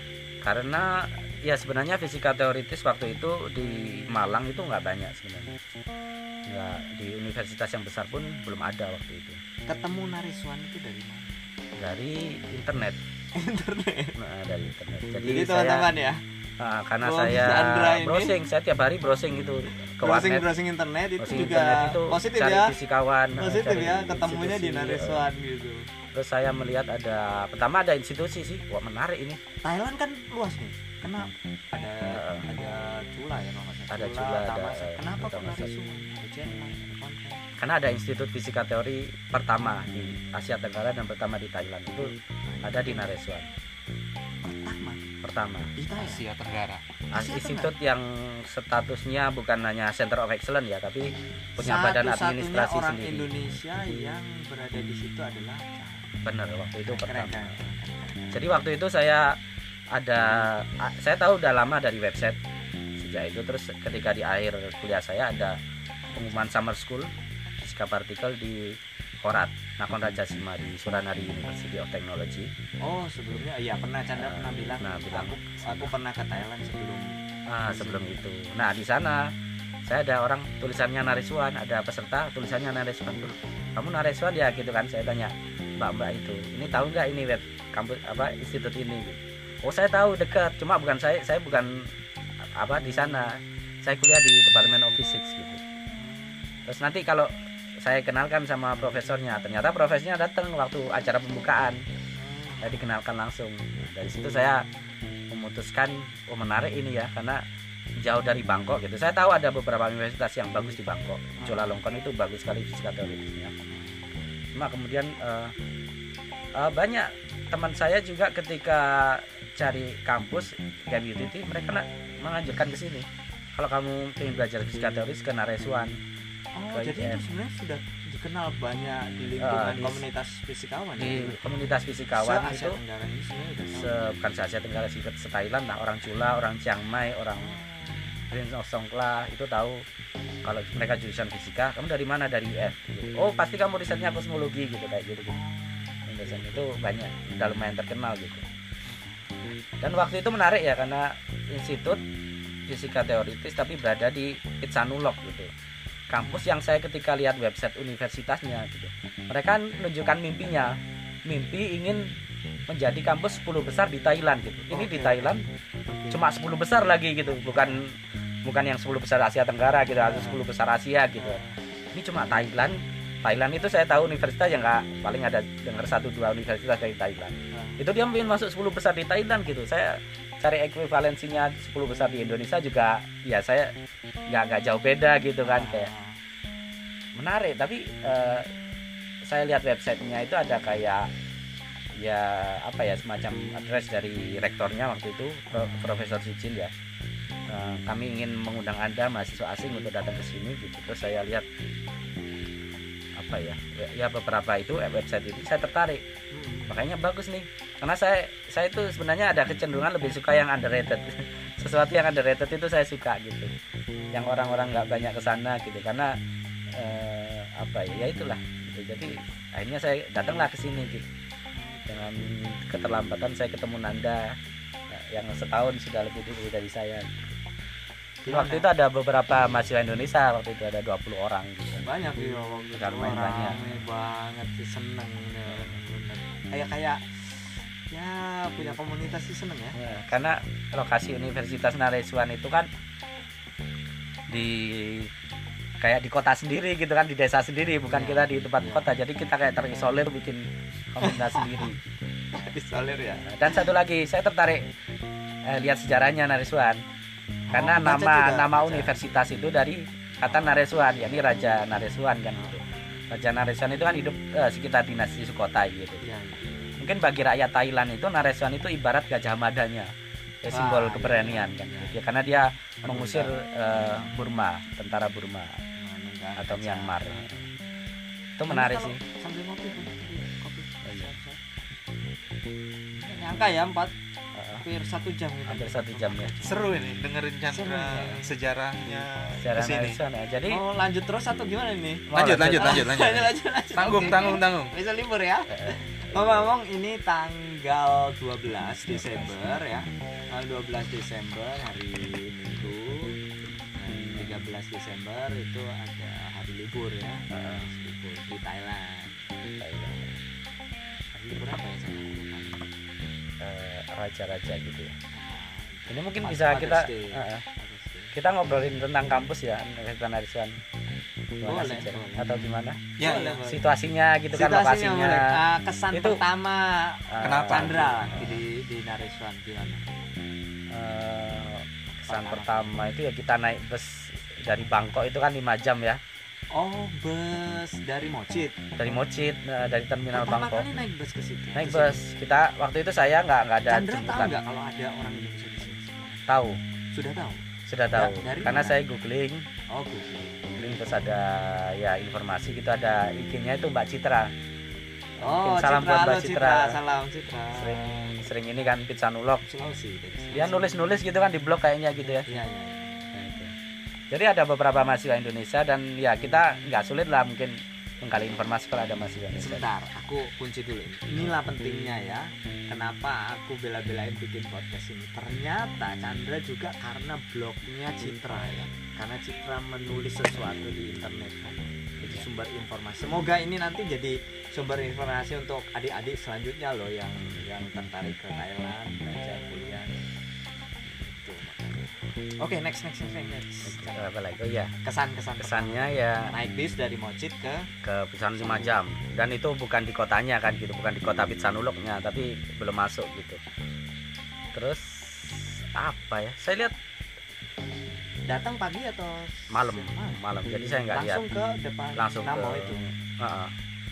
Karena ya sebenarnya fisika teoritis waktu itu di Malang itu nggak banyak sebenarnya. Nggak, di universitas yang besar pun belum ada waktu itu. Ketemu Nariswan itu dari mana? Dari internet. Internet. Nah, dari internet. Jadi, Jadi saya teman-teman ya, nah, karena Bos saya Andra ini- browsing, saya tiap hari browsing itu ke browsing warnet. browsing internet itu Browsing juga internet itu positif cari ya. fisikawan, Positif cari ya, ketemunya di institusi, Nariswan gitu. eh, Terus saya melihat ada pertama ada institusi sih, wah menarik ini. Thailand kan luas nih. Kenapa? Ada Eh, ada Cula ya kalau nggak salah. Ada Cula, ada, Tamasa. eh, Kenapa ada kok Tamasa. Nariswan? Ada Chiang Mai, ada Konten. Karena ada Institut Fisika Teori pertama di Asia Tenggara dan pertama di Thailand itu ada di Nariswan. Pertama Pertama. di Thailand. Asia Tenggara. As- Asia institut yang statusnya bukan hanya Center of Excellence ya, tapi punya badan Satu-satunya administrasi orang sendiri. Indonesia yang berada di situ adalah Benar, waktu itu keren, pertama. keren, keren, keren. Jadi waktu itu saya ada a- saya tahu udah lama dari website sejak itu, terus ketika di akhir kuliah saya ada pengumuman summer school fisika partikel di Korat, Nakon Rajasima di Suranari University of Technology. Oh, sebelumnya iya pernah Chandra Nah, pernah bilang, nah, bilang. aku aku pernah ke Thailand sebelum Ah, sebelum itu. Nah, di sana saya ada orang tulisannya Nariswan, ada peserta tulisannya Nariswan. Loh, kamu Nariswan ya gitu kan, saya tanya mbak-mbak itu, ini tahu nggak ini web kampus apa institut ini? Oh, saya tahu, dekat, cuma bukan saya saya bukan apa di sana, saya kuliah di Department of Physics gitu. Terus nanti kalau saya kenalkan sama profesornya, ternyata profesornya datang waktu acara pembukaan, saya dikenalkan langsung. Nah, dari situ saya memutuskan, oh menarik ini ya, karena jauh dari Bangkok gitu. Saya tahu ada beberapa universitas yang bagus di Bangkok. Chulalongkorn itu bagus sekali fisika teoritisnya. Cuma kemudian uh, uh, banyak teman saya juga ketika cari kampus kayak U T T, mereka nak menganjurkan ke sini. Kalau kamu ingin belajar fisika teoris ke Naresuan. Oh, Ke jadi I T F. itu sebenarnya sudah dikenal banyak di lingkungan Ah, di- komunitas fisikawan Di ya. komunitas fisikawan Se-Asia itu Tenggara ini sebenarnya udah tahu. se, bukan se Asia Tenggara sih, se Thailand lah, orang Chula, orang Chiang Mai, orang Prince of Songkhla itu tahu kalau mereka jurusan fisika. Kamu dari mana? Dari U F gitu. Oh pasti kamu risetnya kosmologi gitu, kayak gitu gitu. Dosen itu banyak, udah lumayan terkenal gitu. Dan waktu itu menarik ya, karena institut fisika teoritis tapi berada di Pitsanulok gitu, kampus yang saya ketika lihat website universitasnya gitu, mereka menunjukkan mimpinya, mimpi ingin menjadi kampus sepuluh besar di Thailand gitu. Ini di Oke. Thailand cuma sepuluh besar lagi gitu, bukan bukan yang sepuluh besar Asia Tenggara gitu atau sepuluh besar Asia gitu. Ini cuma Thailand. Thailand itu saya tahu universitas yang nggak, paling ada dengar satu dua universitas dari Thailand. Itu dia ingin masuk sepuluh besar di Thailand gitu. Saya cari ekuivalensinya sepuluh besar di Indonesia juga, ya saya nggak nggak jauh beda gitu kan, kayak menarik. Tapi eh, saya lihat websitenya itu ada kayak ya apa ya, semacam address dari rektornya waktu itu, Pro- Profesor Sicil ya. Eh, kami ingin mengundang Anda mahasiswa asing untuk datang ke sini gitu. Terus saya lihat apa ya, ya, ya beberapa itu website itu saya tertarik. Makanya bagus nih, karena saya saya itu sebenarnya ada kecenderungan lebih suka yang underrated. Sesuatu yang underrated itu saya suka gitu, yang orang-orang nggak banyak kesana gitu, karena eh, apa ya, ya itulah gitu. Jadi akhirnya saya datanglah ke sini gitu. Dengan keterlambatan saya ketemu Nanda yang setahun sudah lebih dulu dari saya. Waktu itu ada beberapa mahasiswa Indonesia, waktu itu ada dua puluh orang gitu. Banyak ya waktu itu, Udah lumayan banyak. rame banget sih, seneng ya, bener. kayak kayak ya punya komunitas sih, seneng ya. Ya, karena lokasi Universitas Naresuan itu kan di kayak di kota sendiri gitu kan, di desa sendiri, bukan Ya, kita di tempat ya. kota. Jadi kita kayak terisolir bikin komunitas sendiri. Disolir ya. Dan satu lagi saya tertarik eh, lihat sejarahnya Naresuan, karena Oh, baca nama juga, nama baca. universitas itu dari kata Naresuan, yakni Raja Naresuan kan gitu. Raja Naresuan itu kan hidup eh, sekitar dinasti Sukhothai gitu. Iya. Mungkin bagi rakyat Thailand itu Naresuan itu ibarat Gajah Madanya, ya, simbol Ah, keberanian iya, kan. iya. Ya, karena dia mengusir eh, Burma, tentara Burma Negara atau kaca. Myanmar. Itu Ini menarik kalau sih. Sambil ngopi tuh, kopi. Oh, iya. Nyangka ya empat Eh, hampir satu jam gitu. hampir satu jam ya. Seru ini dengerin Seru, Chandra ya. sejarahnya Sejarah kesini. Naresuan ya. Jadi Mau lanjut terus atau gimana nih? mau Lanjut, lanjut, lanjut, lanjut. lanjut, lanjut, lanjut. Tanggung, Oke. tanggung, tanggung. Bisa libur ya. eh, Ngomong-ngomong ini tanggal dua belas Desember ya. Tanggal dua belas Desember hari Minggu. Dan tiga belas Desember itu ada hari libur ya. eh, Libur di Thailand. Thailand. Hari libur apa ya saya? Eh, raja-raja gitu ya. Ini mungkin Father's bisa kita Day. eh, eh, Father's Day. kita ngobrolin tentang kampus ya, Universitas Naresuan. Gimana Boleh, sejarah? boleh. Atau gimana? Ya, Boleh, ya. boleh. Situasinya gitu kan, Situasinya lokasinya. boleh. Ah, kesan Itu- pertama Eh, Kenapa? Chandra di di Naresuan gimana? eh, kesan Pertama. pertama itu ya kita naik bus dari Bangkok itu kan lima jam ya, Oh, bus dari Mochit. dari Mochit, eh, dari terminal Pertama Bangkok kali naik bus ke situ. naik Ke bus. Kita waktu itu saya nggak nggak sini. ada Chandra tahu jemputan. nggak kalau ada orang Indonesia di sini? Tahu, Sudah tahu. sudah tahu. Da- dari Karena mana? saya googling, Oh, googling. googling terus ada ya informasi gitu, ada I G-nya itu Mbak Citra. Oh, Mungkin salam Citra, buat halo Mbak Citra. Salam Citra. Sering sering ini kan Pitsanulok. Sulawesi. dari Sulawesi. Dia nulis-nulis gitu kan di blog kayaknya gitu ya. Iya, iya. Nah, itu. Jadi ada beberapa mahasiswa Indonesia dan ya kita nggak sulit lah mungkin menggali informasi kalau ada mahasiswa Indonesia. Sebentar, aku kunci dulu. Inilah pentingnya ya. Kenapa aku bela-belain bikin podcast ini? Ternyata Chandra juga karena blognya Citra ya. Karena Citra menulis sesuatu di internet kan. Jadi sumber informasi. Semoga ini nanti jadi sumber informasi untuk adik-adik selanjutnya loh yang yang tertarik ke Thailand, belajar kuliah. Itu makanya. Oke, next next next next. next. Eh, Apa lagi? Oh iya, Kesan-kesan kesannya ya naik bis dari Mochit ke ke Pitsanulok lima jam dan itu bukan di kotanya kan gitu, bukan di kota Pitsanuloknya tapi belum masuk gitu. Terus apa ya? Saya lihat datang pagi atau malam, siang? malam. Jadi saya nggak lihat langsung ke depan langsung Namo ke itu. Heeh.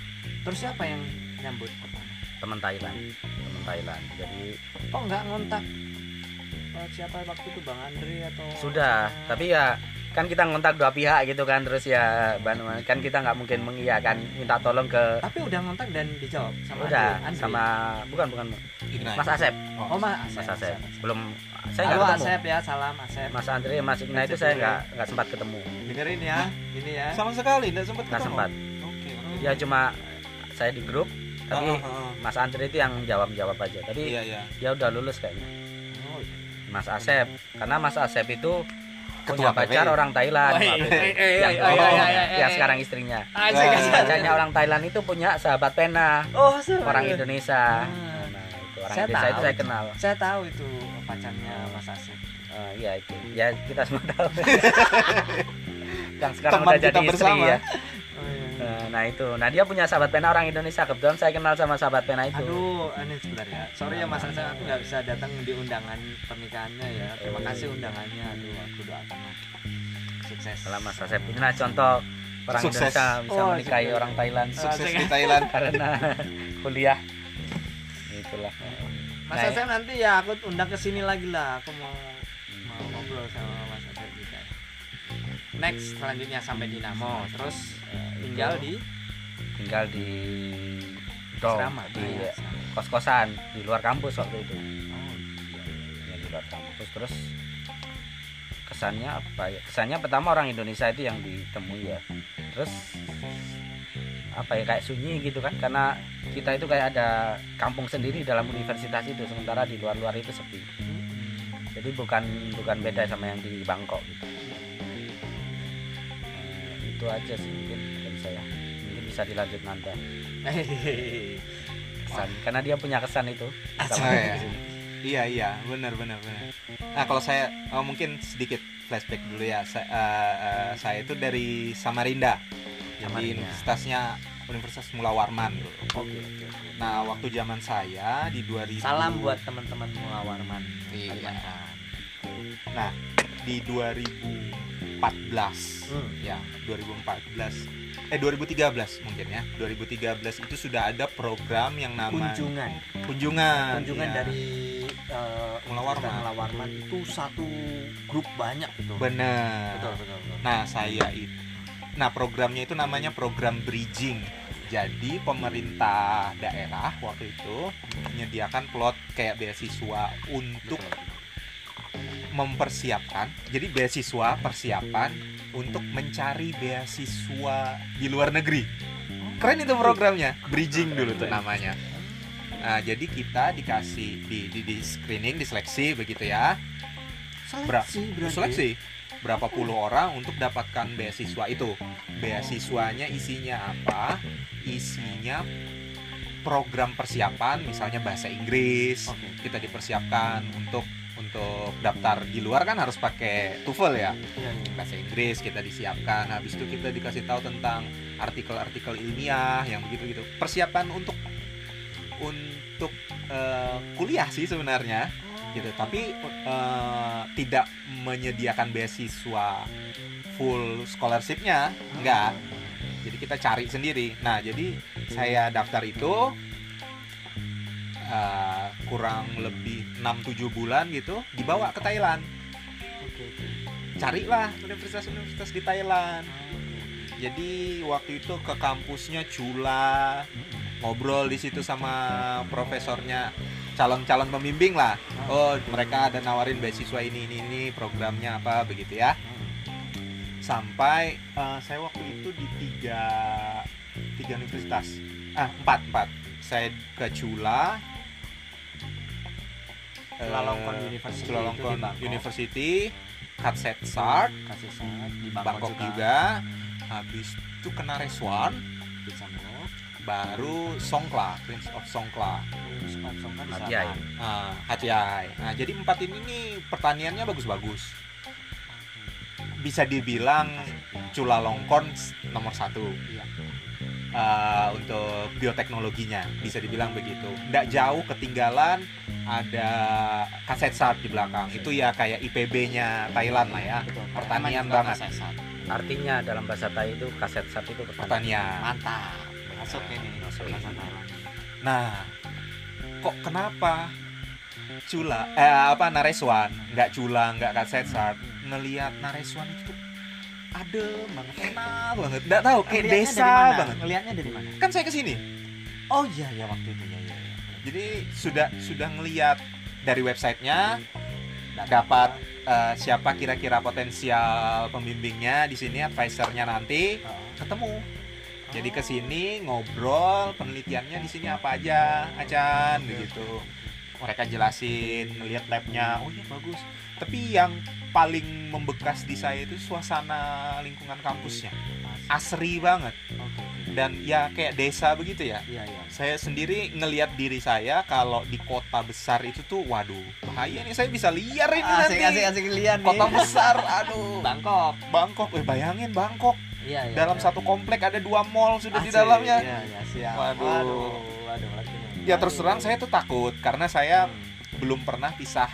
Terus siapa yang nyambut pertama? teman Thailand teman Thailand jadi Kok nggak ngontak eh, siapa waktu itu Bang Andre atau sudah tapi ya kan kita ngontak dua pihak gitu kan terus ya Ban- kan kita nggak mungkin mengiyakan minta tolong ke Tapi udah ngontak dan dijawab sama udah Andre. Andre. sama bukan bukan Ignite. Mas Asep Oh Mas Asep. Mas Asep belum saya nggak Halo ketemu Asep ya, salam Asep. Mas Andre Mas Igna itu saya nggak nggak sempat ketemu Dengerin ya, ini ya. Sama sekali enggak sempat nggak ketemu. sempat Oke. ya cuma saya di grup tapi Ah, ah, ah. Mas Andre itu yang jawab jawab aja tapi Iya, iya. dia udah lulus kayaknya Oh, Mas Asep karena Mas Asep itu Ketua punya pacar P P I. orang Thailand Oh, iya, waktu itu. iya, iya, yang, iya, oh, iya, iya, iya, yang iya. sekarang istrinya Asik, Wah. asik. pacarnya orang Thailand itu punya sahabat pena Oh, seru. orang Indonesia Ah. nah itu orang Saya Indonesia itu tahu. saya kenal Saya tahu itu pacarnya Mas Asep. Eh, iya itu ya kita semua tahu yang sekarang Teman udah jadi kita istri bersama. ya Oh, iya. Eh, nah itu nah dia punya sahabat pena orang Indonesia kebetulan saya kenal sama sahabat pena itu Aduh, ini sebentar ya. Sorry ya Mas Asep, aku nggak bisa datang di undangan pernikahannya ya. Terima Oh. kasih undangannya. Aduh, aku doakan lah. Sukses. kalau Mas Asep inilah contoh orang Sukses. Indonesia bisa Oh, menikahi sukses. orang Thailand Sukses Asik. di Thailand. karena kuliah itulah Mas Nah, Asep nanti ya aku undang ke sini lagi lah. Aku mau mau ngobrol sama Mas Asep juga. Next selanjutnya sampai Dinamo, terus eh, tinggal itu di tinggal di dom asrama di Ah, ya, asrama. kos-kosan di luar kampus waktu itu Oh, ya di luar kampus terus kesannya apa ya kesannya pertama orang Indonesia itu yang ditemui ya terus apa ya kayak sunyi gitu kan karena kita itu kayak ada kampung sendiri dalam universitas itu sementara di luar-luar itu sepi jadi bukan bukan beda sama yang di Bangkok gitu. Eh, itu aja sih mungkin dari saya mungkin bisa dilanjut nanti kesan karena dia punya kesan itu Oh, iya. Iya iya benar benar benar. Nah kalau saya oh, mungkin sedikit flashback dulu ya. Sa- eh, eh, saya itu dari Samarinda, jadi Samarinda. universitasnya Universitas Mula Warman dulu. Oke, oke, oke. Nah waktu zaman saya di dua ribu Salam buat teman-teman Mula Warman. Iya. Kalimantan. Nah di dua ribu empat belas Hmm. ya dua ribu empat belas eh dua ribu tiga belas mungkin ya dua ribu tiga belas itu sudah ada program yang namanya Kunjungan. kunjungan Kunjungan iya. dari uh, Mula Warman. Mula Warman itu satu grup banyak gitu. benar. Betul, betul, betul. Nah, saya itu nah programnya itu namanya program bridging. Jadi pemerintah daerah waktu itu menyediakan plot kayak beasiswa untuk mempersiapkan. Jadi beasiswa persiapan untuk mencari beasiswa di luar negeri. Keren itu programnya, bridging dulu tuh namanya. Nah, jadi kita dikasih di di, di screening, diseleksi begitu ya. Seleksi berarti. Seleksi berapa puluh orang untuk dapatkan beasiswa itu. Beasiswanya isinya apa? Isinya program persiapan, misalnya bahasa Inggris. Oke. Kita dipersiapkan untuk untuk daftar di luar kan harus pakai TOEFL ya. Iya, iya. Bahasa Inggris kita disiapkan. Habis itu kita dikasih tahu tentang artikel-artikel ilmiah yang begitu-gitu. Persiapan untuk untuk eh, kuliah sih sebenarnya gitu, tapi eh, tidak menyediakan beasiswa full scholarship-nya, enggak. Jadi kita cari sendiri. Nah, jadi saya daftar itu eh, kurang lebih enam tujuh bulan gitu, dibawa ke Thailand. Oke, oke. Carilah universitas-universitas di Thailand. Jadi waktu itu ke kampusnya Chula, ngobrol di situ sama profesornya, calon-calon pembimbing lah. Oh, mereka ada nawarin beasiswa ini ini ini, programnya apa begitu ya. Sampai eh, saya waktu itu di tiga tiga universitas, ah empat empat. Saya ke Chula, eh, Chulalongkorn University Chulalongkorn itu di Bangkok. University, Katsetsart Kasih sangat di Bangkok, juga. Habis itu ke Naresuan, Di sana. baru Songkla, Prince of Songkla, Songkla di Hati Ai. selatan. ah, Hatiai. Nah, jadi empat ini nih pertaniannya bagus-bagus. Bisa dibilang Chulalongkorn nomor satu. Iya. Ah, untuk bioteknologinya bisa dibilang begitu. Nggak jauh ketinggalan ada Katsetsart di belakang. Itu ya kayak I P B-nya Thailand lah ya. Betul. Pertanian Juga banget. Kasesat. artinya dalam bahasa Thai itu kaset satu itu pertanian. Pertanian. Mantap. masuk ini masuk bahasa Thailand. Nah, kok kenapa Cula eh apa Naresuan, nggak Cula, nggak Kasetsart, ngelihat Naresuan itu tuh adem banget, enak banget. Nggak tahu kayak Ngelihatnya desa dari mana? banget. Ngelihatnya dari mana? Kan saya kesini. Oh iya ya waktu itu ya ya. ya. Jadi sudah sudah ngelihat dari websitenya, dapat uh, siapa kira-kira potensial pembimbingnya di sini, advisernya nanti, ketemu. Jadi ke sini ngobrol, penelitiannya di sini apa aja, Acan begitu. Mereka jelasin, ngelihat labnya, oh iya bagus. Tapi yang paling membekas di saya itu suasana lingkungan kampusnya, asri banget. Dan ya kayak desa begitu ya. Iya iya. Saya sendiri ngelihat diri saya kalau di kota besar itu tuh, waduh bahaya nih, saya bisa liar ini Asik nanti. asik asik lihat nih. Kota besar, aduh. Bangkok. Bangkok, eh, bayangin Bangkok. Iya iya. Dalam iya. satu komplek ada dua mall sudah di Asik, dalamnya. Iya iya siap. Waduh. Waduh. Waduh. waduh. Ya terus terang saya tuh takut karena saya Hmm. belum pernah pisah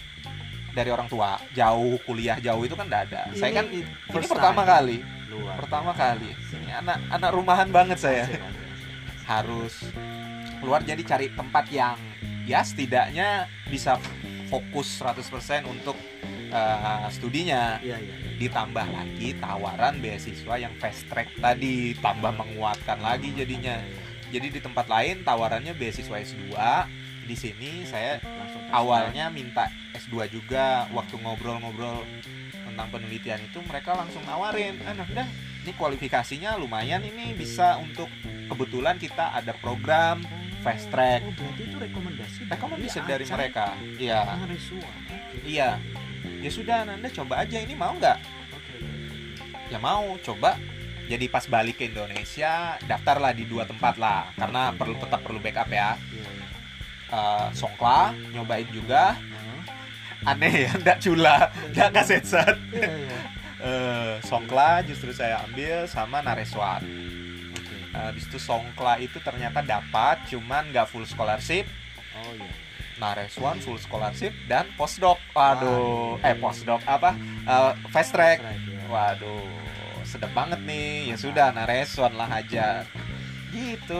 dari orang tua. Jauh kuliah jauh itu kan enggak ada. Saya kan Ini ini first pertama time. kali. Luar. Pertama kali. Ini anak anak rumahan banget saya. Asik, asik, asik. Harus keluar, jadi cari tempat yang ya setidaknya bisa fokus seratus persen untuk uh, studinya. Iya iya. iya. Ditambah lagi tawaran beasiswa yang fast track tadi, tambah menguatkan lagi jadinya. Jadi di tempat lain tawarannya beasiswa S dua, di sini saya Langsung awalnya minta S dua juga. Waktu ngobrol-ngobrol tentang penelitian itu mereka langsung nawarin, ah nah udah, ini kualifikasinya lumayan, ini bisa untuk, kebetulan kita ada program fast track. Oh berarti itu rekomendasi. Rekomendasi dari dari Acan mereka. Iya. Naresuan. Oke. Iya. Ya sudah, Anda coba aja, ini mau nggak? Oke. Ya mau, coba. Jadi pas balik ke Indonesia, daftarlah di dua tempat lah, karena perlu tetap perlu backup ya. Iya iya. Uh, Songkla nyobain juga, Heeh. aneh ya, nggak Cula, nggak Kasetsart. Iya iya. Uh, Songkla justru saya ambil sama Naresuan. Oke. Uh, habis itu Songkla itu ternyata dapat, cuman nggak full scholarship. Oh iya. Naresuan full scholarship dan postdoc. Waduh, eh postdoc apa? Uh, fast track. Right, ya. Waduh, sedap banget nih. Ya sudah, Naresuan lah aja. Gitu.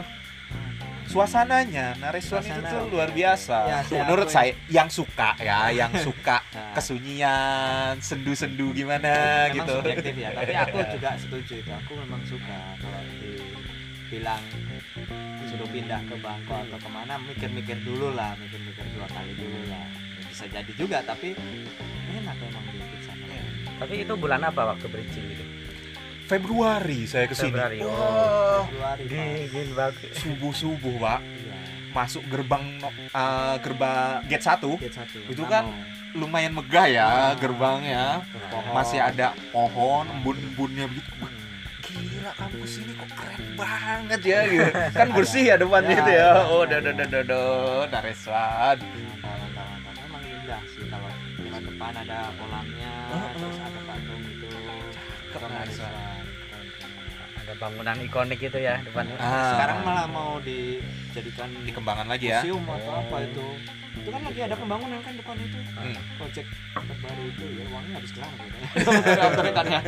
Suasananya Naresuan itu Suasana. tuh luar biasa. Ya, saya Menurut akui. saya yang suka ya, yang suka Nah, kesunyian, sendu-sendu gimana memang gitu. subjektif ya, tapi aku juga setuju itu. Aku memang suka kalau dibilang suruh pindah ke Bangkok atau kemana, mikir-mikir dulu lah, mikir-mikir dua kali dulu lah. Ya, bisa jadi juga, tapi enak memang di sana. Tapi itu bulan apa waktu bridging gitu? Februari saya kesini. Februari. Oh. Wah, Februari Pak. Dingin banget. subuh-subuh, Pak. Iya. Masuk gerbang no- uh, gerbang gate satu. Gate satu. Itu kan lumayan megah ya Ah. gerbangnya. Pohon. Masih ada pohon, embun-embunnya begitu. Hmm. Gila, kampus ini kok keren banget ya gitu. Kan bersih ya depannya Ya, itu ya. ya, Oh, ya, do do do do do, Naresuan. Kawan-kawan memang indah sih kalau lewat depan ada kolamnya, Oh, terus oh. ada patung itu. Cakep, Keren, Naresuan. keren, keren. Ada bangunan ikonik itu ya depannya. Ah. Sekarang malah mau dijadikan Dikembangkan lagi ya. museum atau apa itu. Itu kan lagi ada pembangunan kan depan itu. Hmm. Proyek terbaru itu ya uangnya habis kelar gitu. Otoritannya.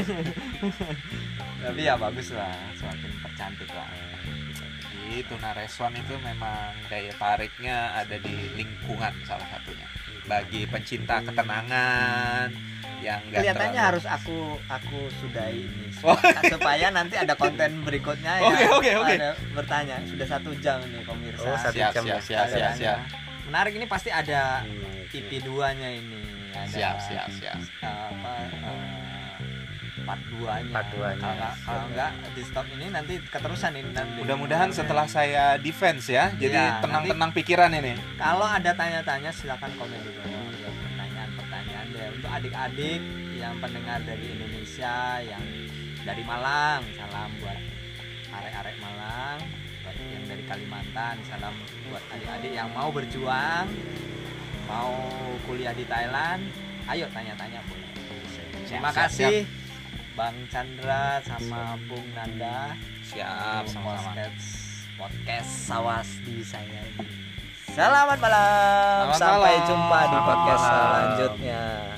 Tapi ya bagus lah, semakin percantik lah. Itu Naresuan itu memang daya tariknya ada di lingkungan salah satunya. Bagi pencinta ketenangan yang enggak Kelihatannya harus aku aku sudahi ini Oh. supaya nanti ada konten berikutnya ya. Oke, oke, oke. Ada bertanya sudah satu jam nih pemirsa. Oh, satu Siap, jam siap, ya. siap, siap, siap. Menarik, ini pasti ada Hmm, E P dua nya ini. Ada Siap, siap, siap. apa eh, part dua nya. Part dua-nya. Kalau nggak- kalau enggak di stop ini nanti keterusan ini nanti. Mudah-mudahan setelah saya defense ya, jadi Iya, tenang-tenang pikiran ini. Kalau ada tanya-tanya silakan komen di bawah. Ya, pertanyaan-pertanyaan deh untuk adik-adik yang pendengar dari Indonesia, yang dari Malang, salam buat arek-arek Malang, buat yang dari Kalimantan, salam buat adik-adik yang mau berjuang, mau kuliah di Thailand, ayo tanya-tanya boleh. Terima Siap, kasih Bang Chandra sama Bung Nanda. Siap, sama-sama. podcast podcast Sawas di saya ini. Selamat malam. Selamat Sampai malam. jumpa di Selamat podcast malam. selanjutnya.